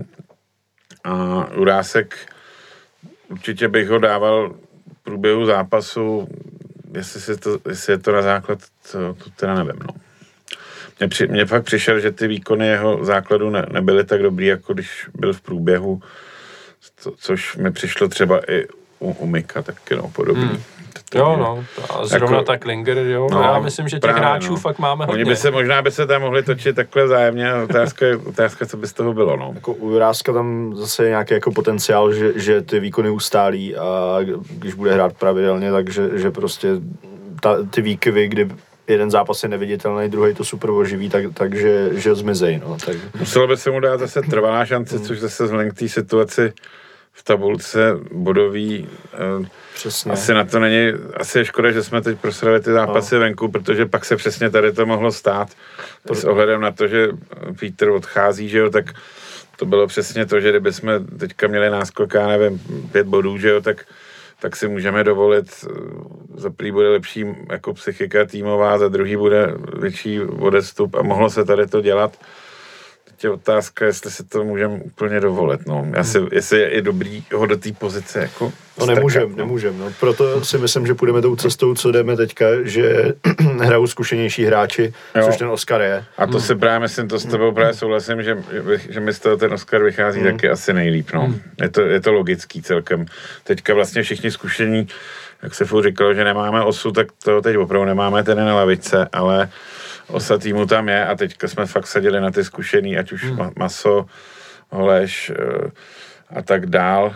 a Jurásek určitě bych ho dával v průběhu zápasu, jestli, si to, jestli je to na základ, to, to teda nevím, no. Mně, při, mně fakt přišel, že ty výkony jeho základu ne, nebyly tak dobrý, jako když byl v průběhu, to, což mi přišlo třeba i u, u Mika taky, no, podobný. Hmm. Jo, no, a zrovna jako, tak Linger, jo, no, já myslím, že těch právě, hráčů no. fakt máme hodně. Oni by se, možná by se tam mohli točit takhle vzájemně, otázka, otázka, co by z toho bylo, no. Jako u Juráska tam zase je nějaký jako potenciál, že, že ty výkony ustálí a když bude hrát pravidelně, takže že prostě ta, ty výkyvy, kdy jeden zápas je neviditelný, druhý to super oživí, tak, takže že zmizej, no. Tak. Muselo by se mu dát zase trvalá šance, hmm. což zase vzhledem k té situaci v tabulce bodový. Přesně. Asi na to není, asi je škoda, že jsme teď prosrali ty zápasy no. venku, protože pak se přesně tady to mohlo stát. To s ohledem na to, že Peter odchází, že jo, tak to bylo přesně to, že kdyby jsme teďka měli náskok, já nevím, pět bodů, že jo, tak, tak si můžeme dovolit, za prvý bude lepší jako psychika týmová, za druhý bude větší odestup a mohlo se tady to dělat. Teď je otázka, jestli si to můžeme úplně dovolit, no. Já si, jestli je i dobrý ho do té pozice, jako no nemůžem, no. nemůžem, no. Proto si myslím, že půjdeme tou cestou, co jdeme teďka, že hrajou zkušenější hráči, jo. což ten Oscar je. A to hmm. si právě myslím, to s tebou právě souhlasím, že, že mi z toho ten Oscar vychází hmm. taky asi nejlíp, no. Hmm. Je to, je to logický celkem. Teďka vlastně všichni zkušení, jak se furt říkalo, že nemáme osu, tak to teď opravdu nemáme tedy na lavice, ale osa týmu tam je a teďka jsme fakt sadili na ty zkušený, ať už hmm. Maso, Holeš a tak dál.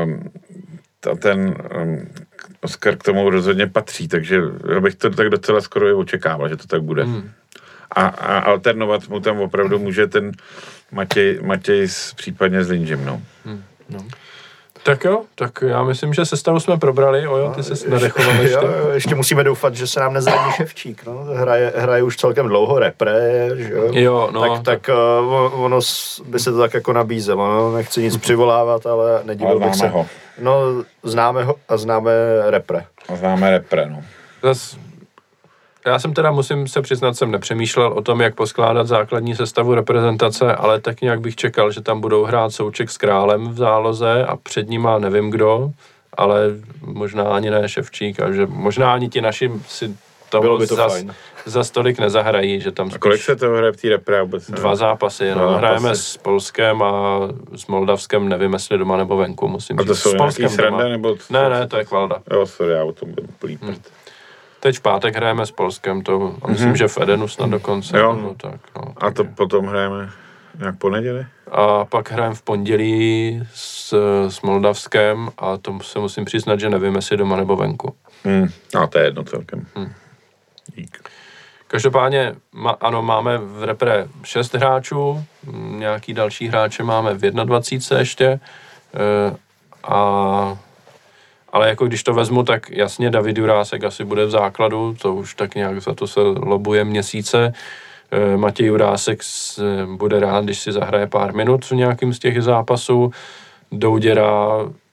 A ten Oscar k tomu rozhodně patří, takže já bych to tak docela skoro i očekával, že to tak bude. Hmm. A, a alternovat mu tam opravdu může ten Matěj, Matěj s, případně s Lindžem, no. Hmm. no. Tak jo, tak já myslím, že sestavu jsme probrali, ojo, ty se nadechoval ještě. Jo, jo, ještě musíme doufat, že se nám nezraní Ševčík, no, hraje, hraje už celkem dlouho, repre, že jo. Jo, no. Tak, tak uh, ono by se to tak jako nabízelo, no, nechci nic přivolávat, ale nedíval bych se. Ho. No, známe ho a známe repre. A známe repre, no. Zas, já jsem teda, musím se přiznat, jsem nepřemýšlel o tom, jak poskládat základní sestavu reprezentace, ale tak nějak bych čekal, že tam budou hrát Souček s Králem v záloze a před nima nevím kdo, ale možná ani ne Ševčík a že možná ani ti naši si tomu by to zas, zas tolik nezahrají, že tam a kolik se toho hraje v té repre vůbec? Dva zápasy, jenom dva hrajeme zápasy. S Polskem a s Moldavskem, nevím jestli doma nebo venku, musím říct. A to jsou nějaký sranda nebo? Ne, ne, to je Kvalda. Jo, sorry, já o tom budu plípet. Hmm. Teď v pátek hrajeme s Polskem, to a myslím, mm-hmm. že v Edenu snad dokonce. Jo. No, tak, no, a to potom hrajeme nějak po neděli? A pak hrajeme v pondělí s, s Moldavskem a to se musím přiznat, že nevím, jestli doma nebo venku. Hmm. A to je jedno celkem. Hmm. Dík. Každopádně, ma, ano, máme v repre šest hráčů, nějaký další hráče máme v jednadvacítce ještě e, a ale jako když to vezmu, tak jasně David Jurásek asi bude v základu, to už tak nějak za to se lobuje měsíce. E, Matěj Jurásek bude rád, když si zahraje pár minut v nějakým z těch zápasů. Douděra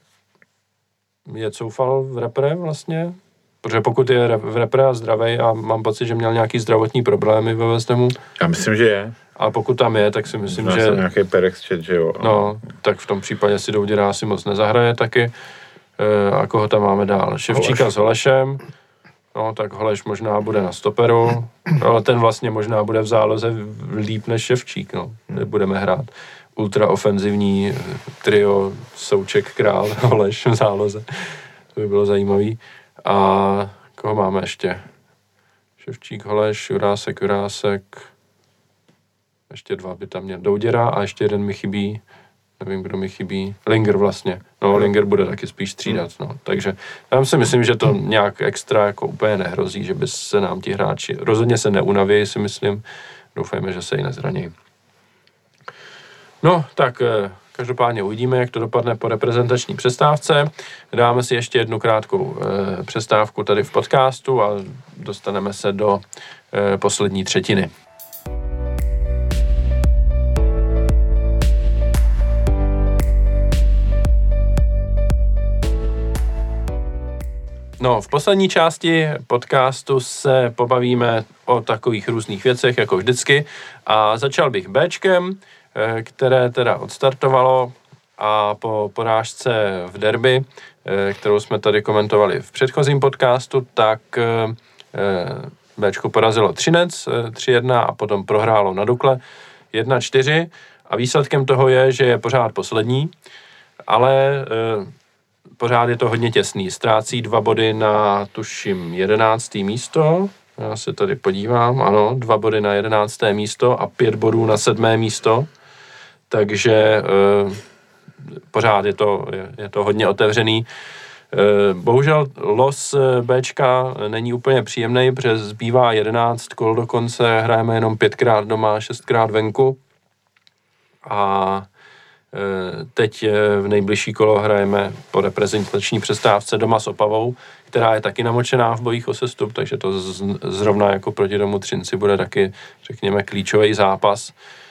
je coufal v repre vlastně, protože pokud je v repre a zdravej a mám pocit, že měl nějaký zdravotní problémy ve West Hamu. Já myslím, že je. A pokud tam je, tak si myslím, Zná že... nějaký perex čet, že jo. No, tak v tom případě si Douděra asi moc nezahraje taky. A koho tam máme dál? Ševčíka Holeš. S Holešem. No, tak Holeš možná bude na stoperu, ale ten vlastně možná bude v záloze líp než Ševčík, no. Budeme hrát ultraofenzivní trio Souček, Král, Holeš v záloze. To by bylo zajímavý. A koho máme ještě? Ševčík, Holeš, Jurásek, Jurásek. Ještě dva by tam měl. Douděra a ještě jeden mi chybí. Nevím, kdo mi chybí. Linger vlastně. No, Linger bude taky spíš střídat, no. Takže já si myslím, že to nějak extra jako úplně nehrozí, že by se nám ti hráči, rozhodně se neunaví, si myslím. Doufejme, že se i nezraní. No, tak každopádně uvidíme, jak to dopadne po reprezentační přestávce. Dáme si ještě jednu krátkou eh, přestávku tady v podcastu a dostaneme se do eh, poslední třetiny. No, v poslední části podcastu se pobavíme o takových různých věcech, jako vždycky. A začal bych Bčkem, které teda odstartovalo a po porážce v derby, kterou jsme tady komentovali v předchozím podcastu, tak Bčko porazilo Třinec tři jedna a potom prohrálo na Dukle jedna čtyři a výsledkem toho je, že je pořád poslední, ale pořád je to hodně těsný. Ztrácí dva body na, tuším, jedenácté místo. Já se tady podívám, ano, dva body na jedenácté místo a pět bodů na sedmé místo. Takže e, pořád je to, je, je to hodně otevřený. Bohužel los Bčka není úplně příjemný, protože zbývá jedenáct kol do konce, hrajeme jenom pětkrát doma, šestkrát venku a teď v nejbližší kolo hrajeme po reprezentační přestávce doma s Opavou, která je taky namočená v bojích o sestup, takže to z, zrovna jako proti tomu Třinci bude taky, řekněme, klíčový zápas.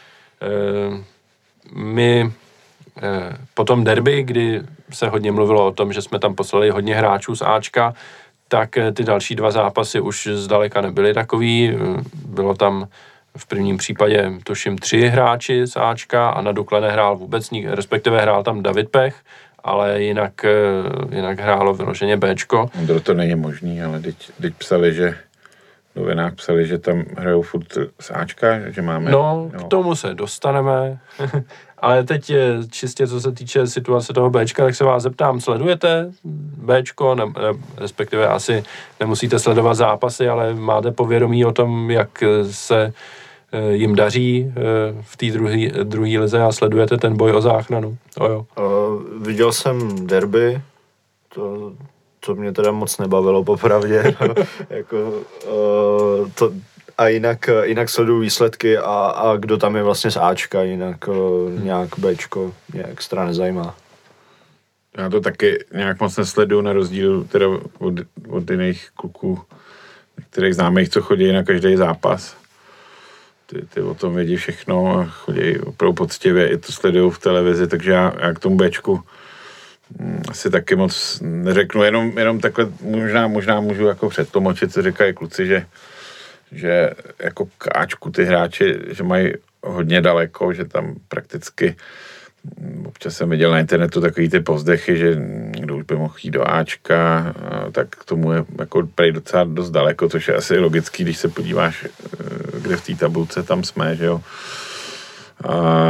My potom derby, kdy se hodně mluvilo o tom, že jsme tam poslali hodně hráčů z Ačka, tak ty další dva zápasy už zdaleka nebyly takový. Bylo tam v prvním případě tuším tři hráči z Ačka a na Dukle nehrál vůbec, respektive hrál tam David Pech, ale jinak, jinak hrálo vyloženě Bčko. No, to není možný, ale teď, teď psali, že v novinách psali, že tam hrajou furt z Ačka, že máme... No, no. K tomu se dostaneme, ale teď čistě co se týče situace toho Bčka, tak se vás zeptám, sledujete Bčko, ne, respektive asi nemusíte sledovat zápasy, ale máte povědomí o tom, jak se jim daří v té druhé lize a sledujete ten boj o záchranu? O jo. Uh, viděl jsem derby, to, to mě teda moc nebavilo popravdě, jako, uh, to, a jinak, jinak sleduju výsledky a, a kdo tam je vlastně z Ačka, jinak uh, nějak Bčko mě extra nezajímá. Já to taky nějak moc nesleduju, na rozdíl teda od, od jiných kluků, některých známých, co chodí na každý zápas. Ty, ty o tom vědí všechno a chodí opravdu poctivě, i to sledují v televizi, takže já, já k tomu Bčku hm, asi taky moc neřeknu, jenom, jenom takhle možná, možná můžu jako předtlumočit, co říkají kluci, že, že jako k Ačku ty hráči, že mají hodně daleko, že tam prakticky občas jsem viděl na internetu takový ty povzdechy, že kdo už by mohl jít do Ačka, tak k tomu je jako prej docela dost daleko, což je asi logický, když se podíváš, kde v té tabulce tam jsme, že jo. A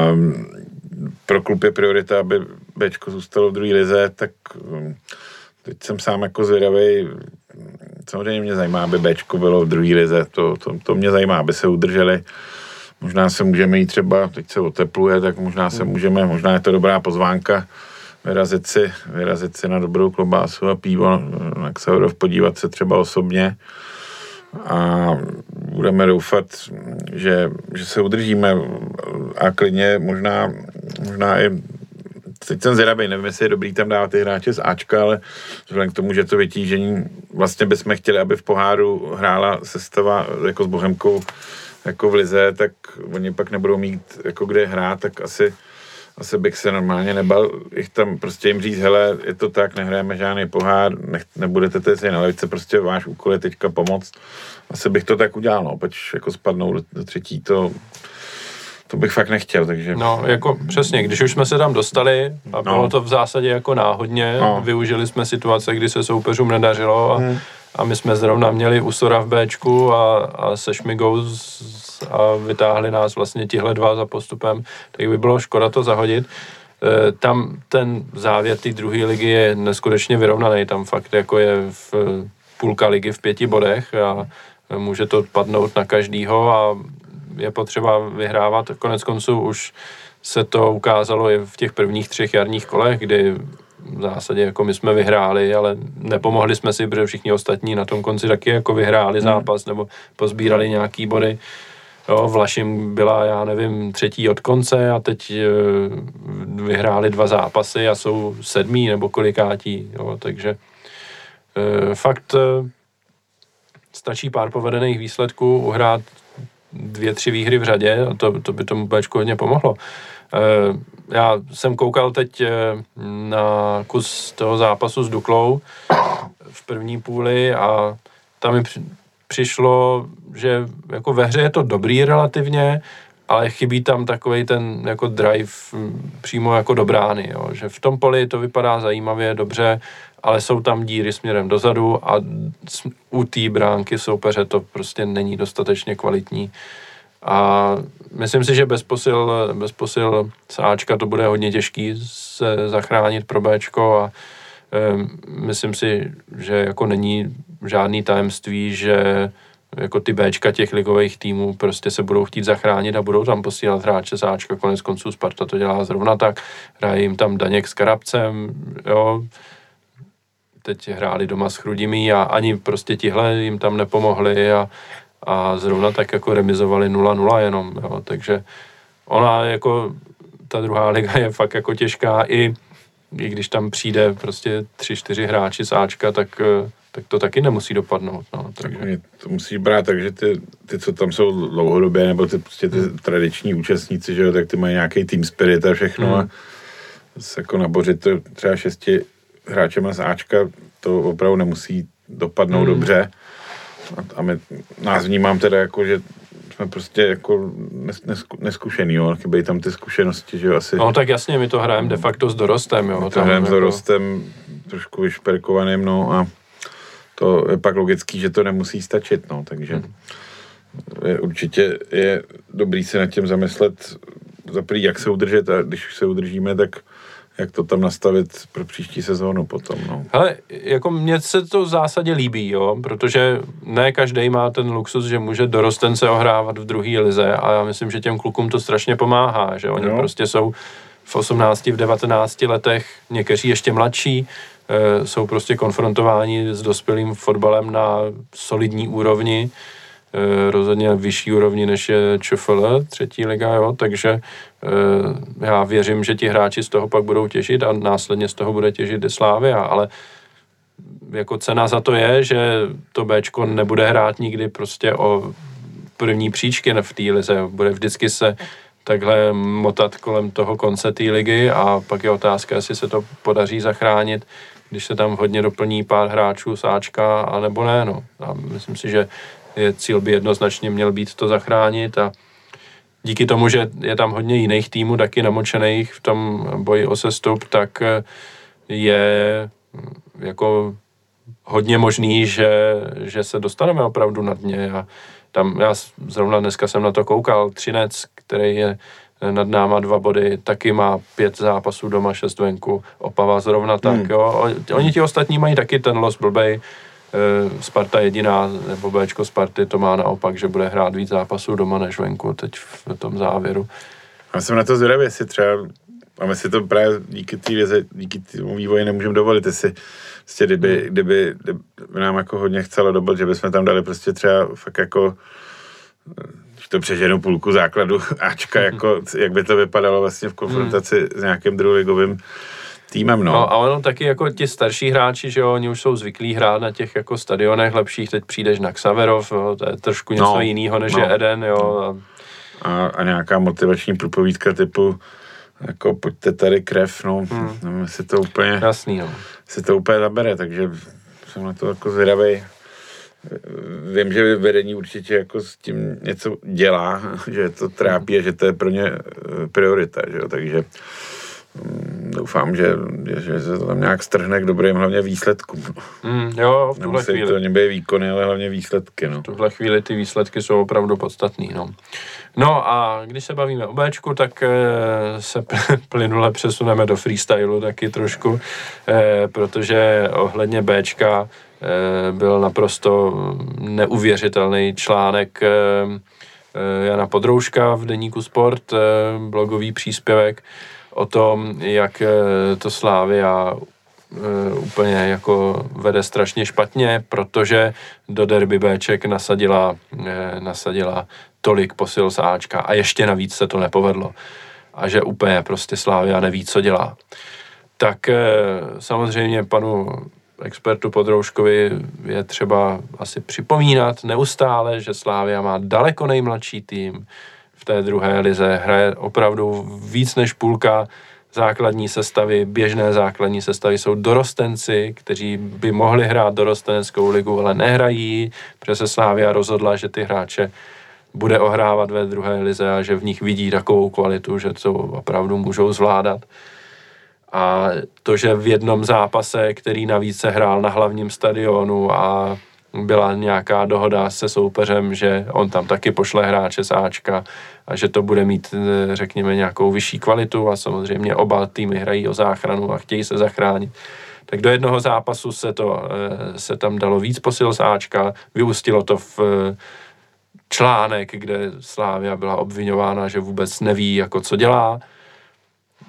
pro klub je priorita, aby Bčko zůstalo v druhé lize, tak teď jsem sám jako zvědavej, samozřejmě mě zajímá, aby Bčko bylo v druhé lize, to, to, to mě zajímá, aby se udrželi. Možná se můžeme jít třeba, teď se otepluje, tak možná se můžeme, možná je to dobrá pozvánka, vyrazit si, vyrazit si na dobrou klobásu a pivo na Xaurov, podívat se třeba osobně a budeme doufat, že, že se udržíme a klidně možná, možná i teď jsem zvědavý, nevím, jestli je dobrý tam dávat ty hráče z Ačka, ale vzhledem k tomu, že to vytížení, vlastně bychom chtěli, aby v poháru hrála sestava jako s Bohemkou jako v lize, tak oni pak nebudou mít jako kde hrát, tak asi, asi bych se normálně nebal jich tam prostě jim říct, hele, je to tak, nehrajeme žádný pohár, nech, nebudete teď na lavice, prostě váš úkol je teďka pomoct. Asi bych to tak udělal, no, pač jako spadnou do, do třetí, to, to bych fakt nechtěl, takže... No, jako přesně, když už jsme se tam dostali a bylo no. to v zásadě jako náhodně, no. využili jsme situace, kdy se soupeřům nedařilo a hmm. A my jsme zrovna měli Usora v Bčku a, a se Šmigou z, a vytáhli nás vlastně tihle dva za postupem, tak by bylo škoda to zahodit. E, tam ten závěr té druhé ligy je neskutečně vyrovnaný, tam fakt jako je v půlka ligy v pěti bodech a může to padnout na každýho a je potřeba vyhrávat. Konec konců už se to ukázalo i v těch prvních třech jarních kolech, kdy v zásadě jako my jsme vyhráli, ale nepomohli jsme si, protože všichni ostatní na tom konci taky jako vyhráli zápas nebo pozbírali nějaký body. Jo, Vlašim byla, já nevím, třetí od konce a teď e, vyhráli dva zápasy a jsou sedmý nebo kolikátí, jo, takže e, fakt e, stačí pár povedených výsledků uhrát dvě, tři výhry v řadě a to, to by tomu Bčku hodně pomohlo. Já jsem koukal teď na kus toho zápasu s Duklou v první půli a tam mi přišlo, že jako ve hře je to dobrý relativně, ale chybí tam takovej ten jako drive přímo jako do brány, jo. Že v tom poli to vypadá zajímavě, dobře, ale jsou tam díry směrem dozadu a u té bránky soupeře to prostě není dostatečně kvalitní. A myslím si, že bez posil, bez posil z Ačka to bude hodně těžký se zachránit pro Bčko a e, myslím si, že jako není žádný tajemství, že jako ty Bčka těch ligových týmů prostě se budou chtít zachránit a budou tam posílat hráče z Ačka, konec konců Sparta to dělá zrovna tak, hraje jim tam Daněk s Karabcem, jo. teď hráli doma s Chrudimí a ani prostě tihle jim tam nepomohli a, a zrovna tak jako remizovali nula nula jenom, jo, takže ona jako, ta druhá liga je fakt jako těžká i, i když tam přijde prostě tři, čtyři hráči z Ačka, tak, tak to taky nemusí dopadnout, no, takže. Tak to musí brát tak, že ty, ty, co tam jsou dlouhodobě, nebo ty, prostě ty hmm. tradiční účastníci, že jo, tak ty mají nějaký team spirit a všechno hmm. a jako nabořit to třeba šesti hráčema z Ačka, to opravdu nemusí dopadnout hmm. dobře. A, a my, nás vnímám teda jako, že jsme prostě jako nes, nesku, neskušený, jo, chybějí tam ty zkušenosti, že jo, asi. No tak jasně, my to hrajeme de facto s dorostem, jo. My to hrajeme jako... s dorostem, trošku vyšperkovaným, no a to je pak logický, že to nemusí stačit, no, takže hmm. je, určitě je dobrý se nad tím zamyslet, zaprý, jak se udržet a když se udržíme, tak jak to tam nastavit pro příští sezónu potom, no. Hele, jako mně se to v zásadě líbí, jo, protože ne každý má ten luxus, že může dorostence ohrávat v druhé lize a já myslím, že těm klukům to strašně pomáhá, že oni no. prostě jsou v osmnácti, v devatenácti letech, někteří ještě mladší, e, jsou prostě konfrontováni s dospělým fotbalem na solidní úrovni, e, rozhodně vyšší úrovni, než je ČFL, třetí liga, jo, takže e, já věřím, že ti hráči z toho pak budou těžit a následně z toho bude těžit i Slavia, ale jako cena za to je, že to Bčko nebude hrát nikdy prostě o první příčky v té lize, bude vždycky se takhle motat kolem toho konce té ligy a pak je otázka, jestli se to podaří zachránit, když se tam hodně doplní pár hráčů z Ačka, anebo ne, no. A myslím si, že je, cíl by jednoznačně měl být to zachránit a díky tomu, že je tam hodně jiných týmů, taky namočených v tom boji o sestup, tak je jako hodně možný, že, že se dostaneme opravdu na dně a tam, já zrovna dneska jsem na to koukal, Třinec, který je nad náma dva body, taky má pět zápasů doma, šest venku, Opava zrovna tak, hmm. jo. Oni ti ostatní mají taky ten los blbej, Sparta jediná, nebo Bčko Sparty to má naopak, že bude hrát víc zápasů doma než venku teď v tom závěru. Já jsem na to zvědavý, jestli třeba, a my si to právě díky té věze, díky tomu vývoji nemůžeme dovolit, jestli prostě kdyby, hmm. kdyby, kdyby nám jako hodně chcelo dovolit, že bychom tam dali prostě třeba fakt jako když to přeženu půlku základu Ačka, jako, jak by to vypadalo vlastně v konfrontaci hmm. s nějakým druholigovým týmem, no. No a ono taky jako ti starší hráči, že jo, oni už jsou zvyklí hrát na těch jako stadionech lepších, teď přijdeš na Xaverov, jo, to je trošku něco no, jiného, než no. je Eden, jo. A, a nějaká motivační průpovídka typu jako pojďte tady krev, no, hmm. no si to úplně, jasný, no. si to úplně zabere, takže jsem na to jako zvědavej. Vím, že vedení určitě jako s tím něco dělá, že to trápí a že to je pro ně priorita, že jo, takže doufám, že, že se to tam nějak strhne k dobrým hlavně výsledkům. Mm, jo, v tuhle chvíli. Nemusí to nebyly výkony, ale hlavně výsledky, no. V tuhle chvíli ty výsledky jsou opravdu podstatný, no. No a když se bavíme o Bčku, tak e, se plynule přesuneme do freestylu taky trošku, e, protože ohledně Bčka e, byl naprosto neuvěřitelný článek e, e, Jana Podrouška v deníku Sport, e, blogový příspěvek o tom, jak to Slavia úplně jako vede strašně špatně, protože do derby Bček nasadila, nasadila tolik posil z Ačka a ještě navíc se to nepovedlo. A že úplně prostě Slavia neví, co dělá. Tak samozřejmě panu expertu Podrouškovi je třeba asi připomínat neustále, že Slavia má daleko nejmladší tým, v té druhé lize hraje opravdu víc než půlka základní sestavy, běžné základní sestavy jsou dorostenci, kteří by mohli hrát dorosteneckou ligu, ale nehrají, protože se Slavia rozhodla, že ty hráče bude ohrávat ve druhé lize a že v nich vidí takovou kvalitu, že to opravdu můžou zvládat. A to, že v jednom zápase, který navíc se hrál na hlavním stadionu a byla nějaká dohoda se soupeřem, že on tam taky pošle hráče z Ačka a že to bude mít, řekněme, nějakou vyšší kvalitu a samozřejmě oba týmy hrají o záchranu a chtějí se zachránit. Tak do jednoho zápasu se, to, se tam dalo víc posil z Ačka, vyústilo to v článek, kde Slavia byla obviňována, že vůbec neví, jako co dělá.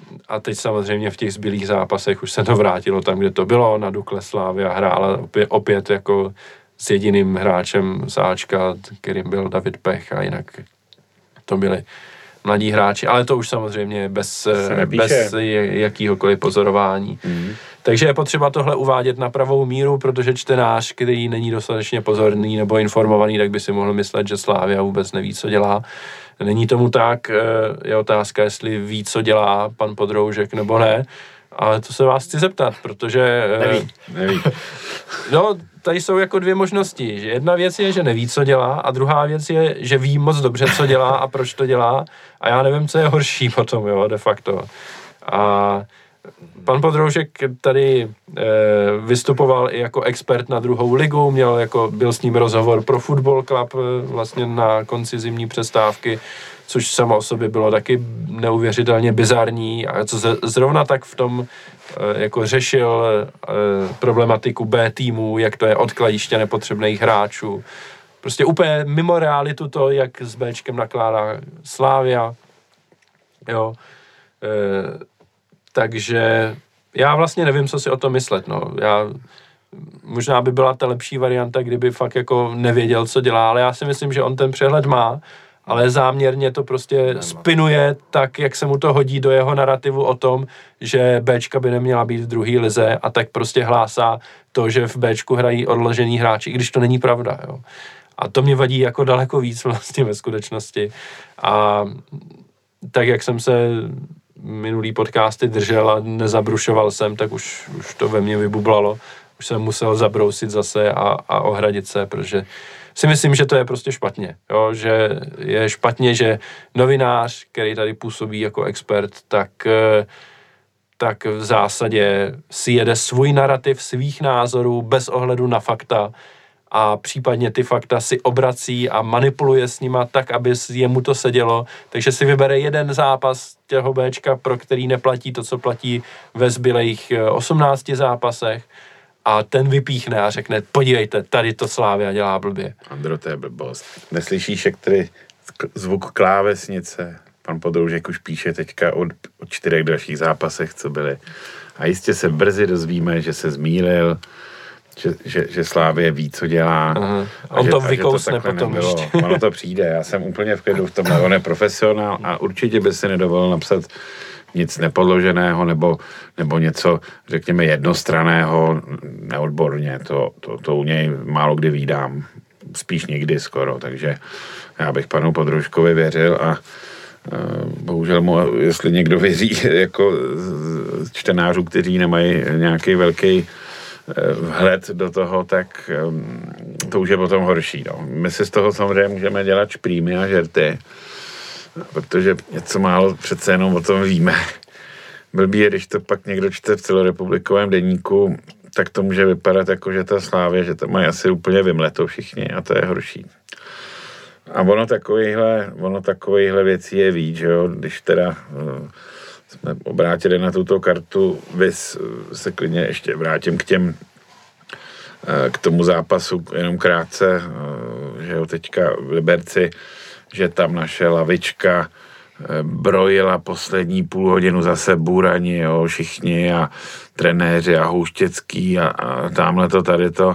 a teď samozřejmě v těch zbylých zápasech už se to vrátilo tam, kde to bylo, na Dukle Slavia hrála opět, opět jako s jediným hráčem z Ačka, kterým byl David Pech, a jinak to byli mladí hráči, ale to už samozřejmě bez, bez jakýhokoliv pozorování. Mm. Takže je potřeba tohle uvádět na pravou míru, protože čtenář, který není dostatečně pozorný nebo informovaný, tak by si mohl myslet, že Slavia vůbec neví, co dělá. Není tomu tak, je otázka, jestli ví, co dělá pan Podroužek nebo ne, ale to se vás chci zeptat, protože... Neví. Neví. No, tady jsou jako dvě možnosti. Že jedna věc je, že neví, co dělá, a druhá věc je, že ví moc dobře, co dělá a proč to dělá, a já nevím, co je horší potom, jo, de facto. A pan Podroužek tady e, vystupoval i jako expert na druhou ligu, měl jako, byl s ním rozhovor pro Football Club e, vlastně na konci zimní přestávky, což samo o sobě bylo taky neuvěřitelně bizarní, a co se, zrovna tak v tom e, jako řešil e, problematiku B týmů, jak to je odkladiště nepotřebných hráčů. Prostě úplně mimo realitu to, jak s Bčkem nakládá Slavia, jo. E, Takže já vlastně nevím, co si o tom myslet, no. Já, možná by byla ta lepší varianta, kdyby fakt jako nevěděl, co dělá, ale já si myslím, že on ten přehled má, ale záměrně to prostě spinuje tak, jak se mu to hodí do jeho narrativu o tom, že Bčka by neměla být v druhé lize, a tak prostě hlásá to, že v Bčku hrají odložený hráči, i když to není pravda, jo. A to mě vadí jako daleko víc vlastně ve skutečnosti. A tak, jak jsem se minulý podcasty držel a nezabrušoval jsem, tak už, už to ve mně vybublalo. Už jsem musel zabrousit zase a, a ohradit se, protože si myslím, že to je prostě špatně. Jo? Že je špatně, že novinář, který tady působí jako expert, tak, tak v zásadě si jede svůj narrativ svých názorů bez ohledu na fakta, a případně ty fakta si obrací a manipuluje s nima tak, aby jemu to sedělo, takže si vybere jeden zápas těho Bčka, pro který neplatí to, co platí ve zbylejch osmnácti zápasech, a ten vypíchne a řekne, podívejte, tady to Slavia dělá blbě. Andro, to je blbost. Neslyšíš, jak tady zvuk klávesnice, pan Podroužek už píše teďka o, o čtyřech dalších zápasech, co byly. A jistě se brzy dozvíme, že se zmýlil, Že, že, že Slavie ví, co dělá. Aha. A on že, to a vykousne to potom nebylo. ještě. Ono to přijde, já jsem úplně v klidu v tom, on je profesionál a určitě by si nedovolil napsat nic nepodloženého nebo, nebo něco, řekněme, jednostranného, neodborně. To, to, to u něj málo kdy vídám. Spíš nikdy skoro, takže já bych panu Podroužkovi věřil a bohužel mu, jestli někdo věří jako čtenářů, kteří nemají nějaký velký vhled do toho, tak to už je potom horší. No. My si z toho samozřejmě můžeme dělat šprýmy a žerty, protože něco málo přece jenom o tom víme. Blbý je, když to pak někdo čte v celorepublikovém deníku, tak to může vypadat jako, že ta Slavie, že to mají asi úplně vymleto všichni, a to je horší. A ono takovýhle, ono takovýhle věcí je víc, že jo, když teda jsme obrátili na tuto kartu, vys se klidně ještě vrátím k těm, k tomu zápasu jenom krátce, že jo, teďka v Liberci, že tam naše lavička brojila poslední půl hodinu zase Bůrani, jo, všichni a trenéři a Houštěcký a, a tamhle to, tady to.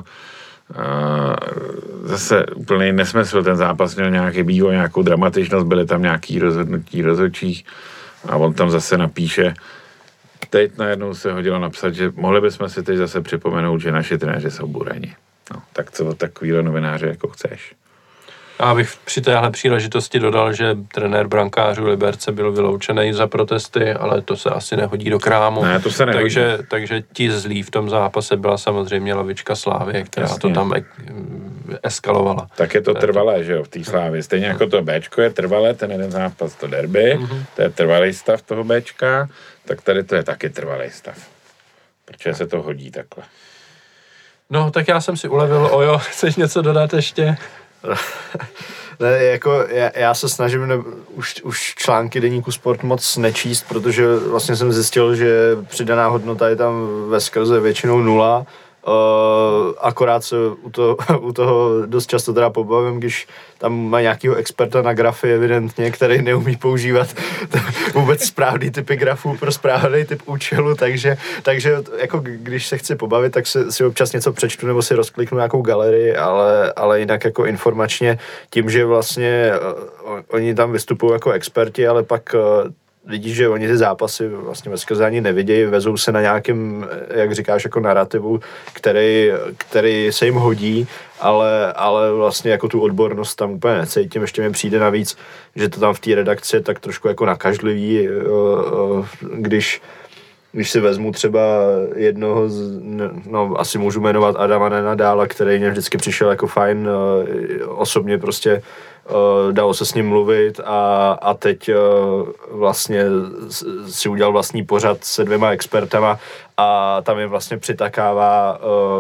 A zase úplný nesmysl, ten zápas měl nějaký bývo, nějakou dramatičnost, byly tam nějaký rozhodnutí rozhodčích. A on tam zase napíše, teď najednou se hodilo napsat, že mohli bychom si teď zase připomenout, že naši trenéři jsou Bůrani. No, tak co od takovýhle novináře jako chceš? Já bych při téhle příležitosti dodal, že trenér brankářů Liberce byl vyloučený za protesty, ale to se asi nehodí do krámu. Ne, to se nehodí. Takže, takže ti zlí v tom zápase byla samozřejmě lavička Slávie, která Jasně. to tam e- eskalovala. Tak je to trvalé, že jo, v té Slávii. Stejně jako to Bčko je trvalé, ten jeden zápas, to derby, mm-hmm. to je trvalý stav toho Bčka, tak tady to je taky trvalý stav. Protože se to hodí takhle. No, tak já jsem si ulevil. Ojo, chceš něco dodat ještě? Ne, jako já, já se snažím ne, už, už články deníku Sport moc nečíst, protože vlastně jsem zjistil, že přidaná hodnota je tam ve skrze většinou nula Uh, akorát se u toho, u toho dost často teda pobavím, když tam má nějakýho experta na grafy evidentně, který neumí používat vůbec správný typy grafů pro správný typ účelu, takže, takže jako když se chci pobavit, tak si, si občas něco přečtu nebo si rozkliknu nějakou galerii, ale, ale jinak jako informačně tím, že vlastně uh, oni tam vystupují jako experti, ale pak uh, vidíš, že oni ty zápasy vlastně veskrze ani nevidějí, vezou se na nějakém, jak říkáš, jako narrativu, který, který se jim hodí, ale, ale vlastně jako tu odbornost tam úplně necítím. Ještě mi přijde navíc, že to tam v té redakci je tak trošku jako nakažlivý, když Když si vezmu třeba jednoho, z, no asi můžu jmenovat Adama Nenadála, který mě vždycky přišel jako fajn, osobně prostě dalo se s ním mluvit a, a teď vlastně si udělal vlastní pořad se dvěma expertama a tam je vlastně přitakává.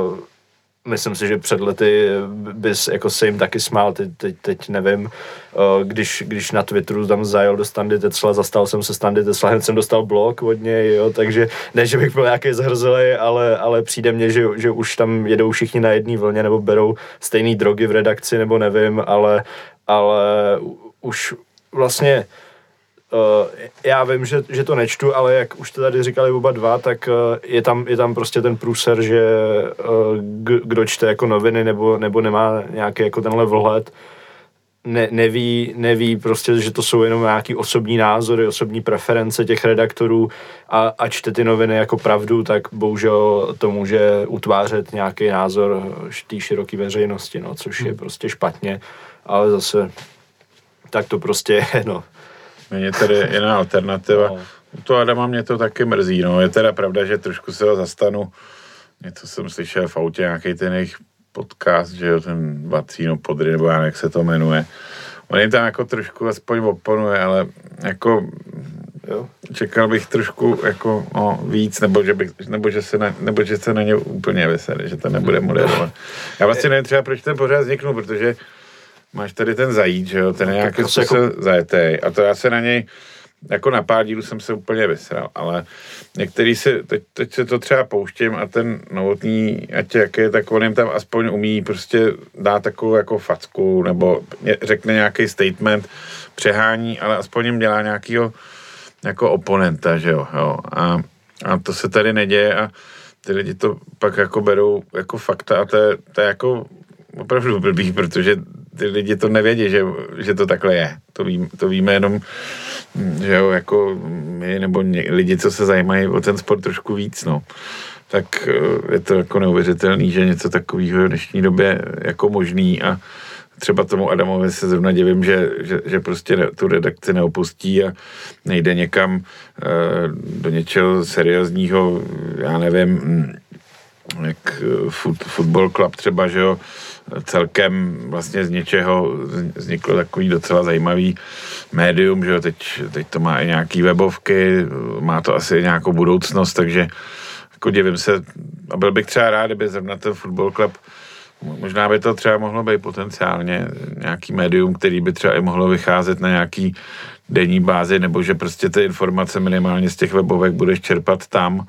Myslím si, že před lety bys jako se jim taky smál, teď, teď, teď nevím, když, když na Twitteru tam zajel do Standy Tecla, zastal jsem se Standy Tecla, hned jsem dostal blok od něj, jo, takže ne, že bych byl nějaký zhrzelej, ale, ale přijde mně, že, že už tam jedou všichni na jedné vlně, nebo berou stejné drogy v redakci, nebo nevím, ale, ale už vlastně Uh, já vím, že, že to nečtu, ale jak už to tady říkali oba dva, tak uh, je, tam, je tam prostě ten průser, že uh, k, kdo čte jako noviny nebo, nebo nemá nějaký jako tenhle vhled, ne, neví, neví prostě, že to jsou jenom nějaký osobní názory, osobní preference těch redaktorů a, a čte ty noviny jako pravdu, tak bohužel to může utvářet nějaký názor té široké veřejnosti, no, což je prostě špatně, ale zase tak to prostě je, no. Není tady jiná alternativa. No. U toho Adama mě to taky mrzí, no. Je teda pravda, že trošku se ho zastanu. Něco jsem slyšel v autě, nějaký ten jejich podcast, že jo, ten Vacíno Podry, nebo já, jak se to jmenuje. On jim tam jako trošku aspoň oponuje, ale jako jo. Čekal bych trošku jako no, víc, nebo že, bych, nebo, že se na, nebo že se na ně úplně vysede, že to nebude moderovat. Já vlastně nevím třeba, proč ten pořád vzniknul, protože máš tady ten Zajíc, že jo, ten je nějaký způsob jako zajetej a to já se na něj, jako na pár dílů jsem se úplně vysral, ale některý si, teď, teď se to třeba pouštím a ten Novotný, ať jak je, tak on jim tam aspoň umí prostě dát takovou jako facku, nebo řekne nějaký statement, přehání, ale aspoň jim dělá nějakýho jako oponenta, že jo, jo. A, a to se tady neděje a ty lidi to pak jako berou jako fakta a to je, to je jako opravdu blbý, protože ty lidi to nevědí, že, že to takhle je. To, ví, to víme jenom, že jo, jako my, nebo ně, lidi, co se zajímají o ten sport trošku víc, no. Tak je to jako neuvěřitelný, že něco takového v dnešní době jako možný a třeba tomu Adamovi se zrovna divím, že, že, že prostě tu redakci neopustí a nejde někam do něčeho seriózního, já nevím, jak fut, Football Club třeba, že jo, celkem vlastně z něčeho vzniklo takový docela zajímavý médium, že jo, teď, teď to má i nějaký webovky, má to asi nějakou budoucnost, takže jako divím se a byl bych třeba rád, kdyby zrovna ten Football Club, možná by to třeba mohlo být potenciálně nějaký médium, který by třeba i mohlo vycházet na nějaký denní bázi, nebo že prostě ty informace minimálně z těch webovek budeš čerpat tam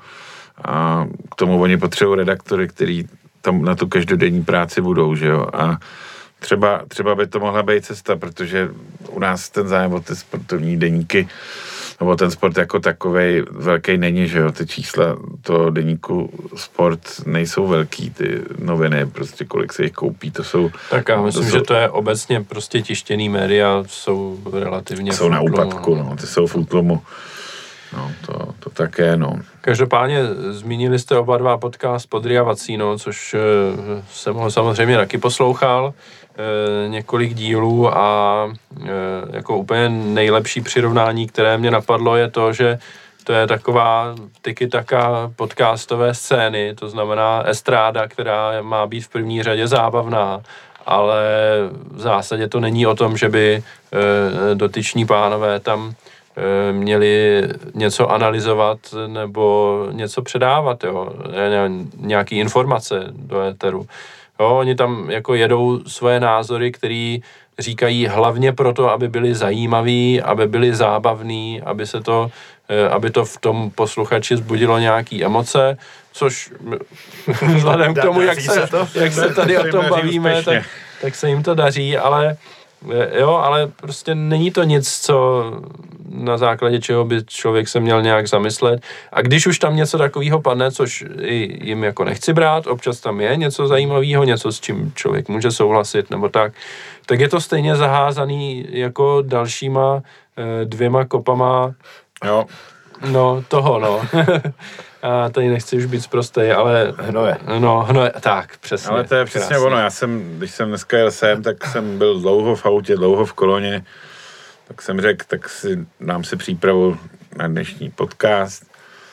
a k tomu oni potřebují redaktory, který tam na tu každodenní práci budou, že jo, a třeba, třeba by to mohla být cesta, protože u nás ten zájem o ty sportovní deníky, nebo ten sport jako takovej velký není, že jo, ty čísla toho deníku sport nejsou velký, ty noviny, prostě kolik se jich koupí, to jsou... Tak já myslím, jsou, že to je obecně prostě tištěný média, jsou relativně... Jsou na úpadku, no, ty jsou v útlumu. No, to, to také, no. Každopádně zmínili jste oba dva podcast Podry a Vacíno, což e, jsem ho samozřejmě taky poslouchal, e, několik dílů a e, jako úplně nejlepší přirovnání, které mě napadlo, je to, že to je taková tiki-taka podcastové scény, to znamená estráda, která má být v první řadě zábavná, ale v zásadě to není o tom, že by e, dotyční pánové tam měli něco analyzovat nebo něco předávat, jo, nějaký informace do éteru. Jo, oni tam jako jedou svoje názory, který říkají hlavně proto, aby byli zajímaví, aby byli zábavní, aby se to, aby to v tom posluchači vzbudilo nějaký emoce, což vzhledem k tomu, jak se, jak se tady o tom bavíme, tak, tak se jim to daří, ale jo, ale prostě není to nic, co na základě čeho by člověk se měl nějak zamyslet. A když už tam něco takového padne, což jim jako nechci brát, občas tam je něco zajímavého, něco, s čím člověk může souhlasit nebo tak, tak je to stejně zaházaný jako dalšíma dvěma kopama jo. No, toho, no. A tady nechci už být zprostej, ale... Hnoje. No, hnoje, tak, přesně. Ale to je přesně krásně. ono. Já jsem, když jsem dneska jel sem, tak jsem byl dlouho v autě, dlouho v koloně, tak jsem řekl, tak si dám si přípravu na dnešní podcast,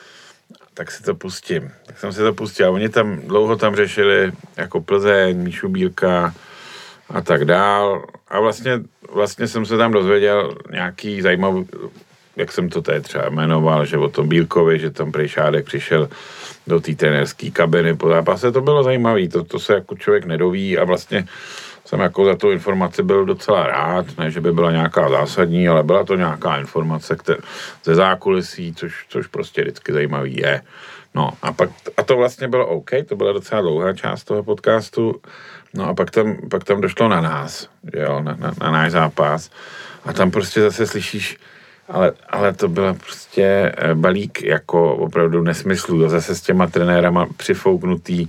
tak si to pustím. Tak jsem si to pustil. A oni tam dlouho tam řešili jako Plzeň, Míšu Bílka a tak dál. A vlastně, vlastně jsem se tam dozvěděl nějaký zajímavý, jak jsem to tady třeba jmenoval, že o tom Bílkovi, že tam prej Šádek přišel do té trenérské kabiny po zápase, to bylo zajímavé, to, to se jako člověk nedoví a vlastně jsem jako za tu informaci byl docela rád, ne, že by byla nějaká zásadní, ale byla to nějaká informace které, ze zákulisí, což, což prostě vždycky zajímavý je. No a pak, a to vlastně bylo OK, to byla docela dlouhá část toho podcastu, no a pak tam, pak tam došlo na nás, jo, na, na, na náš zápas a tam prostě zase slyšíš, Ale, ale to byl prostě balík jako opravdu nesmyslů. Zase s těma trenérama přifouknutý,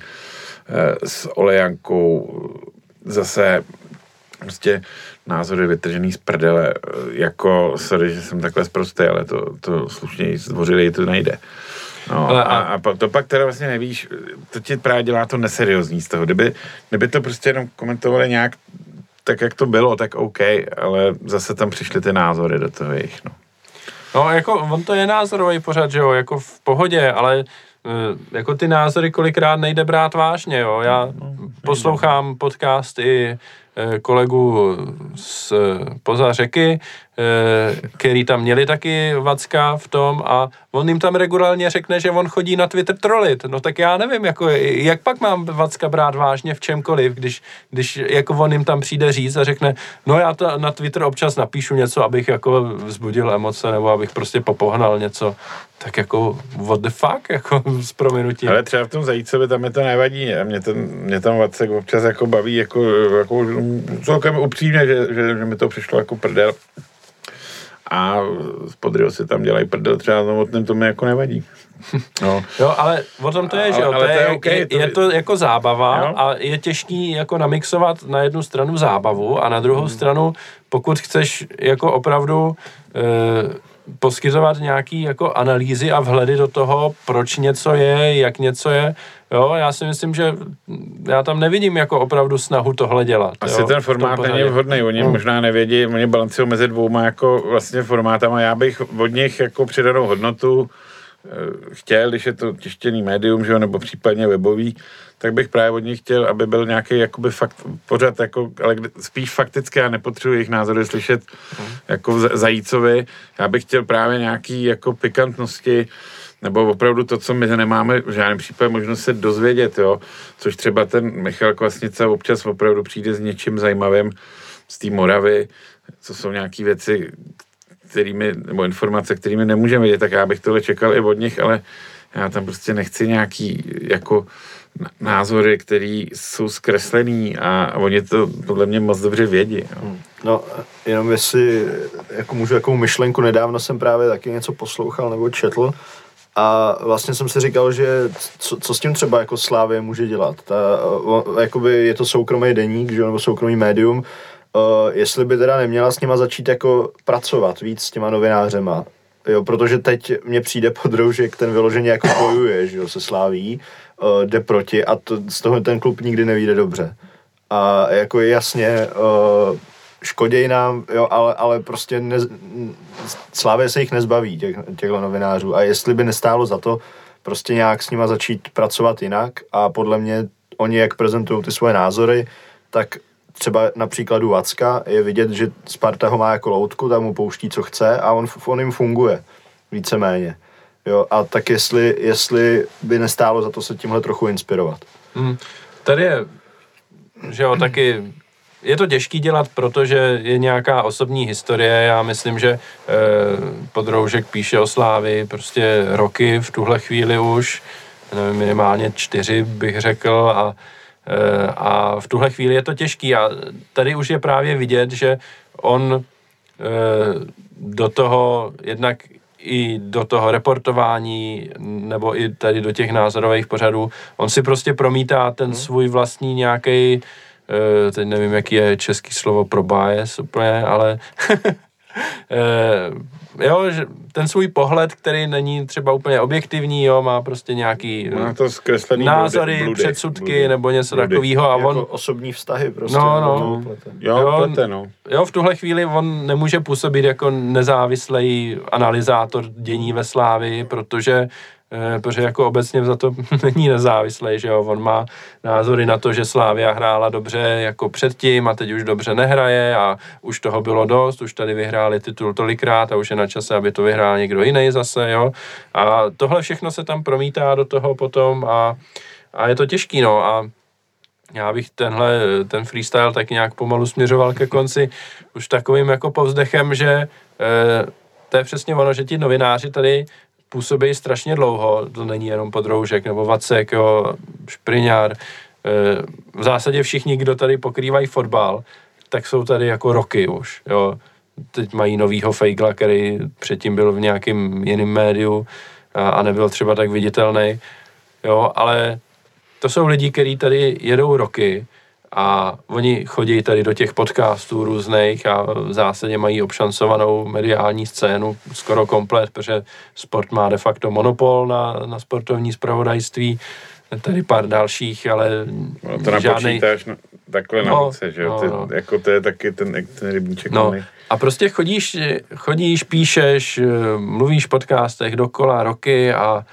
s Olejankou, zase prostě názory vytržený z prdele, jako, sorry, že jsem takhle zprostý, ale to, to slušně zdvořili, to nejde. No, ale a, a to pak teda vlastně nevíš, to ti právě dělá to neseriózní z toho. Kdyby, kdyby to prostě jenom komentovali nějak tak, jak to bylo, tak OK, ale zase tam přišly ty názory do toho jejich, no. No, jako on to je názorový pořad, že jo, jako v pohodě, ale jako ty názory kolikrát nejde brát vážně, jo. Já poslouchám podcast i kolegu z poza řeky, který tam měli taky Vacka v tom a on jim tam regulárně řekne, že on chodí na Twitter trolit. No tak já nevím, jako, jak pak mám Vacka brát vážně v čemkoliv, když, když jako on jim tam přijde říct a řekne, no já to na Twitter občas napíšu něco, abych jako vzbudil emoce nebo abych prostě popohnal něco. Tak jako what the fuck, jako s prominutím. Ale třeba v tom Zajícovi tam mi to nevadí a mě, ten, mě tam Vacek občas jako baví jako, jako celkem upřímně, že, že, že mi to přišlo jako prdel. A z Podryho si tam dělají prdel třeba samotným, to mi jako nevadí. No. Jo, ale o tom to je, že jo, to, je, to, je, okay, je, to je to jako zábava jo? A je těžký jako namixovat na jednu stranu zábavu a na druhou hmm. stranu, pokud chceš jako opravdu e, poskytovat nějaký jako analýzy a vhledy do toho, proč něco je, jak něco je, jo, já si myslím, že já tam nevidím jako opravdu snahu tohle dělat. Asi jo, ten formát není vhodný, oni hmm. možná nevědí, oni balancují mezi dvouma jako vlastně formátama, já bych od nich jako přidanou hodnotu chtěl, když je to tištěný médium, že jo, nebo případně webový, tak bych právě od nich chtěl, aby byl nějaký jakoby fakt, pořád jako, ale spíš fakticky, já nepotřebuji jejich názory slyšet hmm. jako v Zajícovi, já bych chtěl právě nějaký jako pikantnosti, nebo opravdu to, co my nemáme v žádném případě možnost se dozvědět, jo, což třeba ten Michal Kvasnica občas opravdu přijde s něčím zajímavým z té Moravy, co jsou nějaký věci, kterými, nebo informace, kterými nemůžeme vědět, tak já bych tohle čekal i od nich, ale já tam prostě nechci nějaký jako názory, které jsou zkreslený a, a oni to podle mě moc dobře vědí. Jo. No, jenom jestli jako můžu jakou myšlenku, nedávno jsem právě taky něco poslouchal nebo četl a vlastně jsem si říkal, že co, co s tím třeba jako Slávě může dělat. Ta, jakoby je to soukromý deník, že, nebo soukromý médium, Uh, jestli by teda neměla s nima začít jako pracovat víc s těma novinářema, jo, protože teď mně přijde Podroužek, ten vyloženě jako bojuje, že jo, se Sláví, uh, jde proti a to, z toho ten klub nikdy nevyjde dobře. A jako jasně, uh, škoděj nám, jo, ale, ale prostě ne, Slávě se jich nezbaví, těch, těchto novinářů a jestli by nestálo za to prostě nějak s nima začít pracovat jinak a podle mě oni, jak prezentují ty svoje názory, tak třeba na příkladu Vacka je vidět, že Sparta ho má jako loutku, tam mu pouští, co chce a on, on jim funguje víceméně. Jo, a tak jestli, jestli by nestálo za to se tímhle trochu inspirovat. Hmm. Tady je, že jo, taky je to těžký dělat, protože je nějaká osobní historie. Já myslím, že e, Podroužek píše o Slávii prostě roky v tuhle chvíli už, nevím, minimálně čtyři bych řekl a, e, a v tuhle chvíli je to těžký a tady už je právě vidět, že on e, do toho jednak i do toho reportování nebo i tady do těch názorových pořadů, on si prostě promítá ten hmm. svůj vlastní nějaký, uh, teď nevím, jaký je český slovo pro bias úplně, ale uh, jo, že ten svůj pohled, který není třeba úplně objektivní, jo, má prostě nějaký má to názory, bludy, předsudky bludy, nebo něco bludy. takového. A jako on osobní vztahy prostě. No, no. Jo, jo, plete, no. jo, v tuhle chvíli on nemůže působit jako nezávislý analyzátor dění ve Slávii, protože Eh, protože jako obecně za to není nezávislý, že jo, on má názory na to, že Slavia hrála dobře jako předtím a teď už dobře nehraje a už toho bylo dost, už tady vyhráli titul tolikrát a už je na čase, aby to vyhrál někdo jiný zase, jo, a tohle všechno se tam promítá do toho potom a, a je to těžký, no, a já bych tenhle, ten freestyle tak nějak pomalu směřoval ke konci už takovým jako povzdechem, že eh, to je přesně ono, že ti novináři tady působí strašně dlouho, to není jenom Podroužek nebo Vacek, jo, Špriňár, v zásadě všichni, kdo tady pokrývají fotbal, tak jsou tady jako roky už, jo. Teď mají novýho Fejgla, který předtím byl v nějakém jiném médiu a, a nebyl třeba tak viditelný, jo, ale to jsou lidi, kteří tady jedou roky a oni chodí tady do těch podcastů různých a v zásadě mají obšancovanou mediální scénu skoro komplet, protože sport má de facto monopol na, na sportovní zpravodajství. Tady pár dalších, ale no, to žádnej... napočítáš no, takhle na no, ruce, že jo? No, no. Jako to je taky ten, ten rybníček. No. A prostě chodíš, chodíš, píšeš, mluvíš v podcastech dokola roky a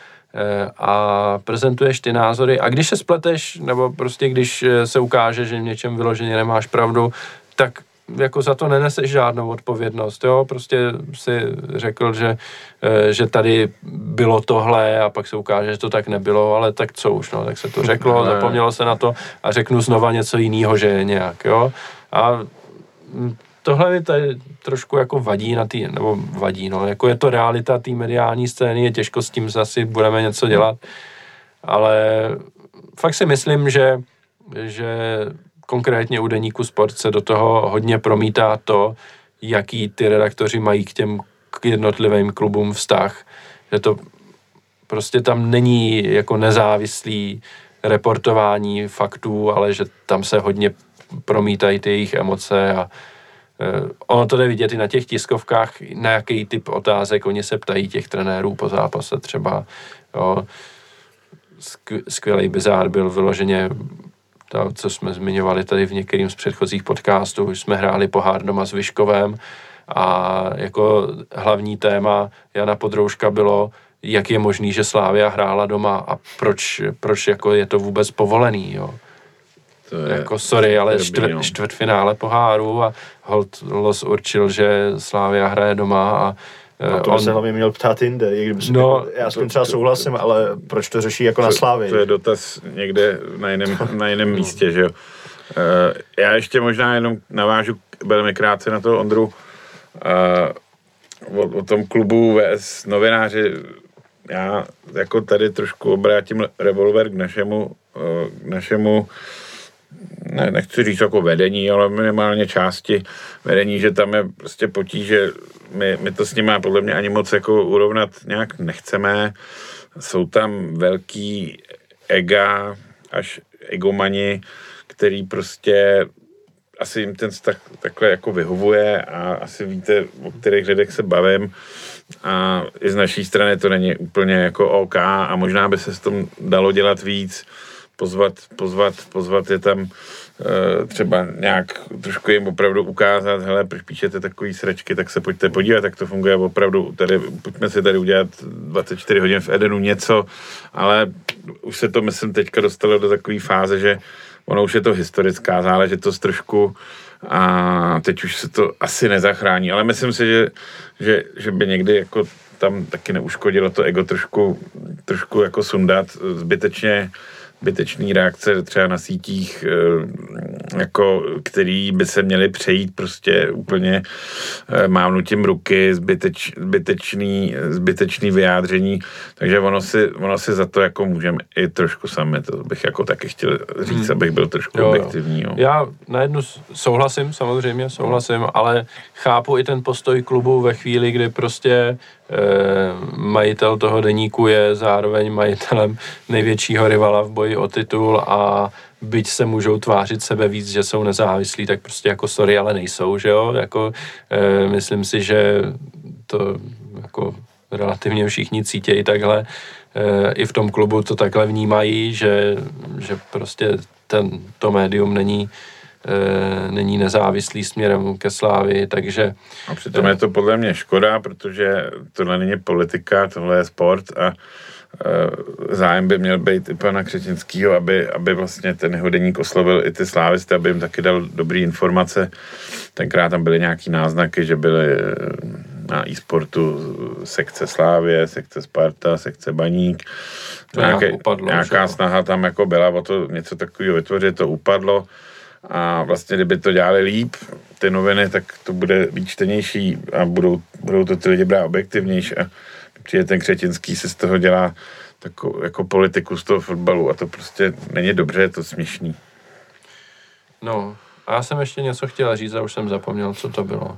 a prezentuješ ty názory a když se spleteš, nebo prostě když se ukáže, že v něčem vyloženě nemáš pravdu, tak jako za to neneseš žádnou odpovědnost, jo, prostě si řekl, že, že tady bylo tohle a pak se ukáže, že to tak nebylo, ale tak co už, no, tak se to řeklo, zapomnělo se na to a řeknu znova něco jiného, že je nějak, jo, a tohle mi tady trošku jako vadí na tý, nebo vadí, no, jako je to realita té mediální scény, je těžko s tím zase budeme něco dělat, ale fakt si myslím, že, že konkrétně u deníku Sport se do toho hodně promítá to, jaký ty redaktoři mají k těm k jednotlivým klubům vztah, že to prostě tam není jako nezávislý reportování faktů, ale že tam se hodně promítají ty jejich emoce a ono to jde vidět i na těch tiskovkách, na jaký typ otázek oni se ptají těch trenérů po zápase třeba. Jo. Skvělý bizár byl vyloženě to, co jsme zmiňovali tady v některým z předchozích podcastů, už jsme hráli pohár doma s Vyškovem a jako hlavní téma Jana Podroužka bylo, jak je možný, že Slavia hrála doma a proč, proč jako je to vůbec povolený, jo. Je, jako sorry, ale čtvrt, no. čtvrtfinále poháru a holt los určil, že Slavia hraje doma a no, to on... by se hlavně měl ptát jinde, kdyby no, jako, já s tím třeba souhlasím, ale proč to řeší jako to, na Slavii? To je dotaz někde na jiném, na jiném místě, že jo. Uh, já ještě možná jenom navážu velmi krátce na to Ondru uh, o, o tom klubu V S novináři. Já jako tady trošku obrátím revolver k našemu, uh, k našemu ne, nechci říct jako vedení, ale minimálně části vedení, že tam je prostě potíže, my, my to s nimi podle mě ani moc jako urovnat nějak nechceme, jsou tam velký ega, až egomani, který prostě asi jim ten vztah takhle jako vyhovuje a asi víte, o kterých lidech se bavím a i z naší strany to není úplně jako OK a možná by se s tom dalo dělat víc, pozvat, pozvat, pozvat je tam e, třeba nějak trošku jim opravdu ukázat, hele, proč píšete takový sračky, tak se pojďte podívat, jak to funguje opravdu, tady, pojďme si tady udělat dvacet čtyři hodin v Edenu něco, ale už se to, myslím, teďka dostalo do takové fáze, že ono už je to historická záležitost trošku a teď už se to asi nezachrání, ale myslím si, že, že, že by někdy jako tam taky neuškodilo to ego trošku, trošku jako sundat zbytečně. zbytečný reakce třeba na sítích, jako, který by se měly přejít prostě úplně mávnutím ruky, zbyteč, zbytečný, zbytečný vyjádření, takže ono si, ono si za to jako můžeme i trošku sami, to bych jako taky chtěl říct, hmm. abych byl trošku jo, objektivní. Jo. Já na jednu souhlasím, samozřejmě souhlasím, ale chápu i ten postoj klubu ve chvíli, kdy prostě e, majitel toho deníku je zároveň majitelem největšího rivala v boji o titul a byť se můžou tvářit sebe víc, že jsou nezávislí, tak prostě jako sorry, ale nejsou, že jo, jako e, myslím si, že to jako relativně všichni cítějí takhle, e, i v tom klubu to takhle vnímají, že, že prostě ten, to médium není E, není nezávislý směrem ke Slávii, takže... A přitom je to podle mě škoda, protože tohle není politika, tohle je sport a e, zájem by měl být i pana Křetinskýho, aby, aby vlastně ten jeho deník oslovil i ty slávisty, aby jim taky dal dobrý informace. Tenkrát tam byly nějaký náznaky, že byly na e-sportu sekce Slávie, sekce Sparta, sekce Baník. Nějaké, upadlo, nějaká že? snaha tam jako byla o to něco takového vytvořit, to upadlo. A vlastně, kdyby to dělali líp, ty noviny, tak to bude víc čtenější a budou, budou to ty lidi brát objektivnější a přijde ten Křetinský si z toho dělá takovou, jako politiku z toho fotbalu a to prostě není dobře, je to směšný. No, a já jsem ještě něco chtěl říct a už jsem zapomněl, co to bylo.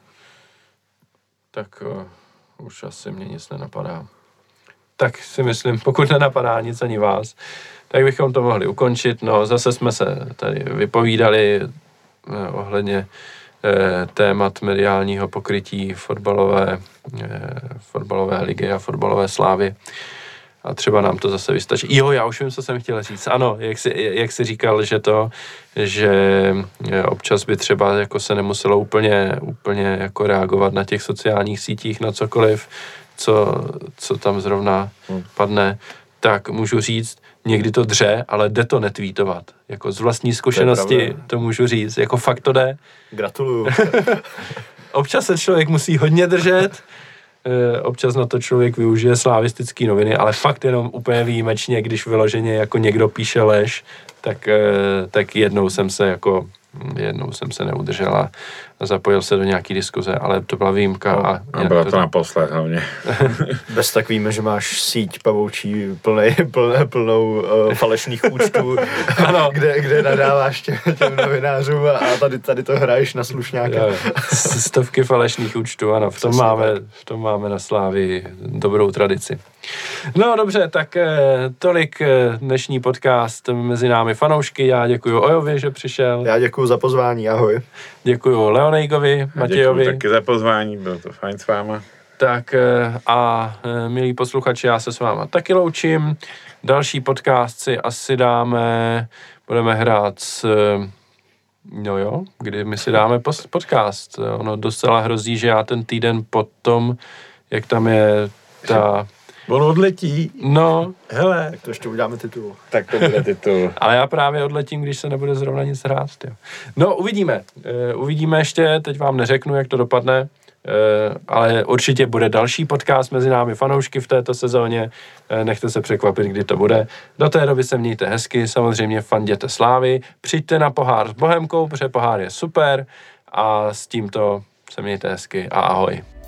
Tak uh, už asi mě nic nenapadá. Tak si myslím, pokud nenapadá nic ani vás, tak bychom to mohli ukončit. No, zase jsme se tady vypovídali eh, ohledně eh, témat mediálního pokrytí fotbalové, eh, fotbalové ligy a fotbalové slávy. A třeba nám to zase vystačí. Jo, já už vím, co jsem chtěl říct. Ano, jak jsi, jak jsi říkal, že to, že občas by třeba jako se nemuselo úplně, úplně jako reagovat na těch sociálních sítích, na cokoliv, co, co tam zrovna padne, tak můžu říct, někdy to dře, ale jde to netweetovat. Jako z vlastní zkušenosti to, to můžu říct. Jako fakt to jde. Gratuluju. Občas se člověk musí hodně držet, občas na to člověk využije slavistický noviny, ale fakt jenom úplně výjimečně, když vyloženě jako někdo píše lež, tak, tak jednou jsem se jako jednou jsem se neudržel a zapojil se do nějaký diskuze, ale to byla výjimka. No, a, a byla to, to naposled hlavně. Bez tak víme, že máš síť pavoučí plnej, plné, plnou uh, falešných účtů, kde, kde nadáváš těm, těm novinářům a tady, tady to hraješ na slušňáka. Stovky falešných účtů, ano, v tom, máme, v tom máme na Slávii dobrou tradici. No dobře, tak tolik dnešní podcast mezi námi fanoušky. Já děkuji Ojovi, že přišel. Já děkuji za pozvání, ahoj. Děkuji Leonejkovi, Matějovi. Děkuji taky za pozvání, bylo to fajn s váma. Tak a milí posluchači, já se s váma taky loučím. Další podcast si asi dáme, budeme hrát s... No jo, kdy my si dáme podcast. Ono docela hrozí, že já ten týden potom, jak tam je ta... On odletí. No. Hele. Tak to ještě uděláme titul. Tak to bude titul. Ale já právě odletím, když se nebude zrovna nic hrát. Tě. No, uvidíme. Uh, uvidíme ještě, teď vám neřeknu, jak to dopadne, uh, ale určitě bude další podcast mezi námi fanoušky v této sezóně. Uh, nechte se překvapit, kdy to bude. Do té doby se mějte hezky, samozřejmě fanděte Slávy. Přijďte na pohár s Bohemkou, protože pohár je super a s tímto se mějte hezky a ahoj.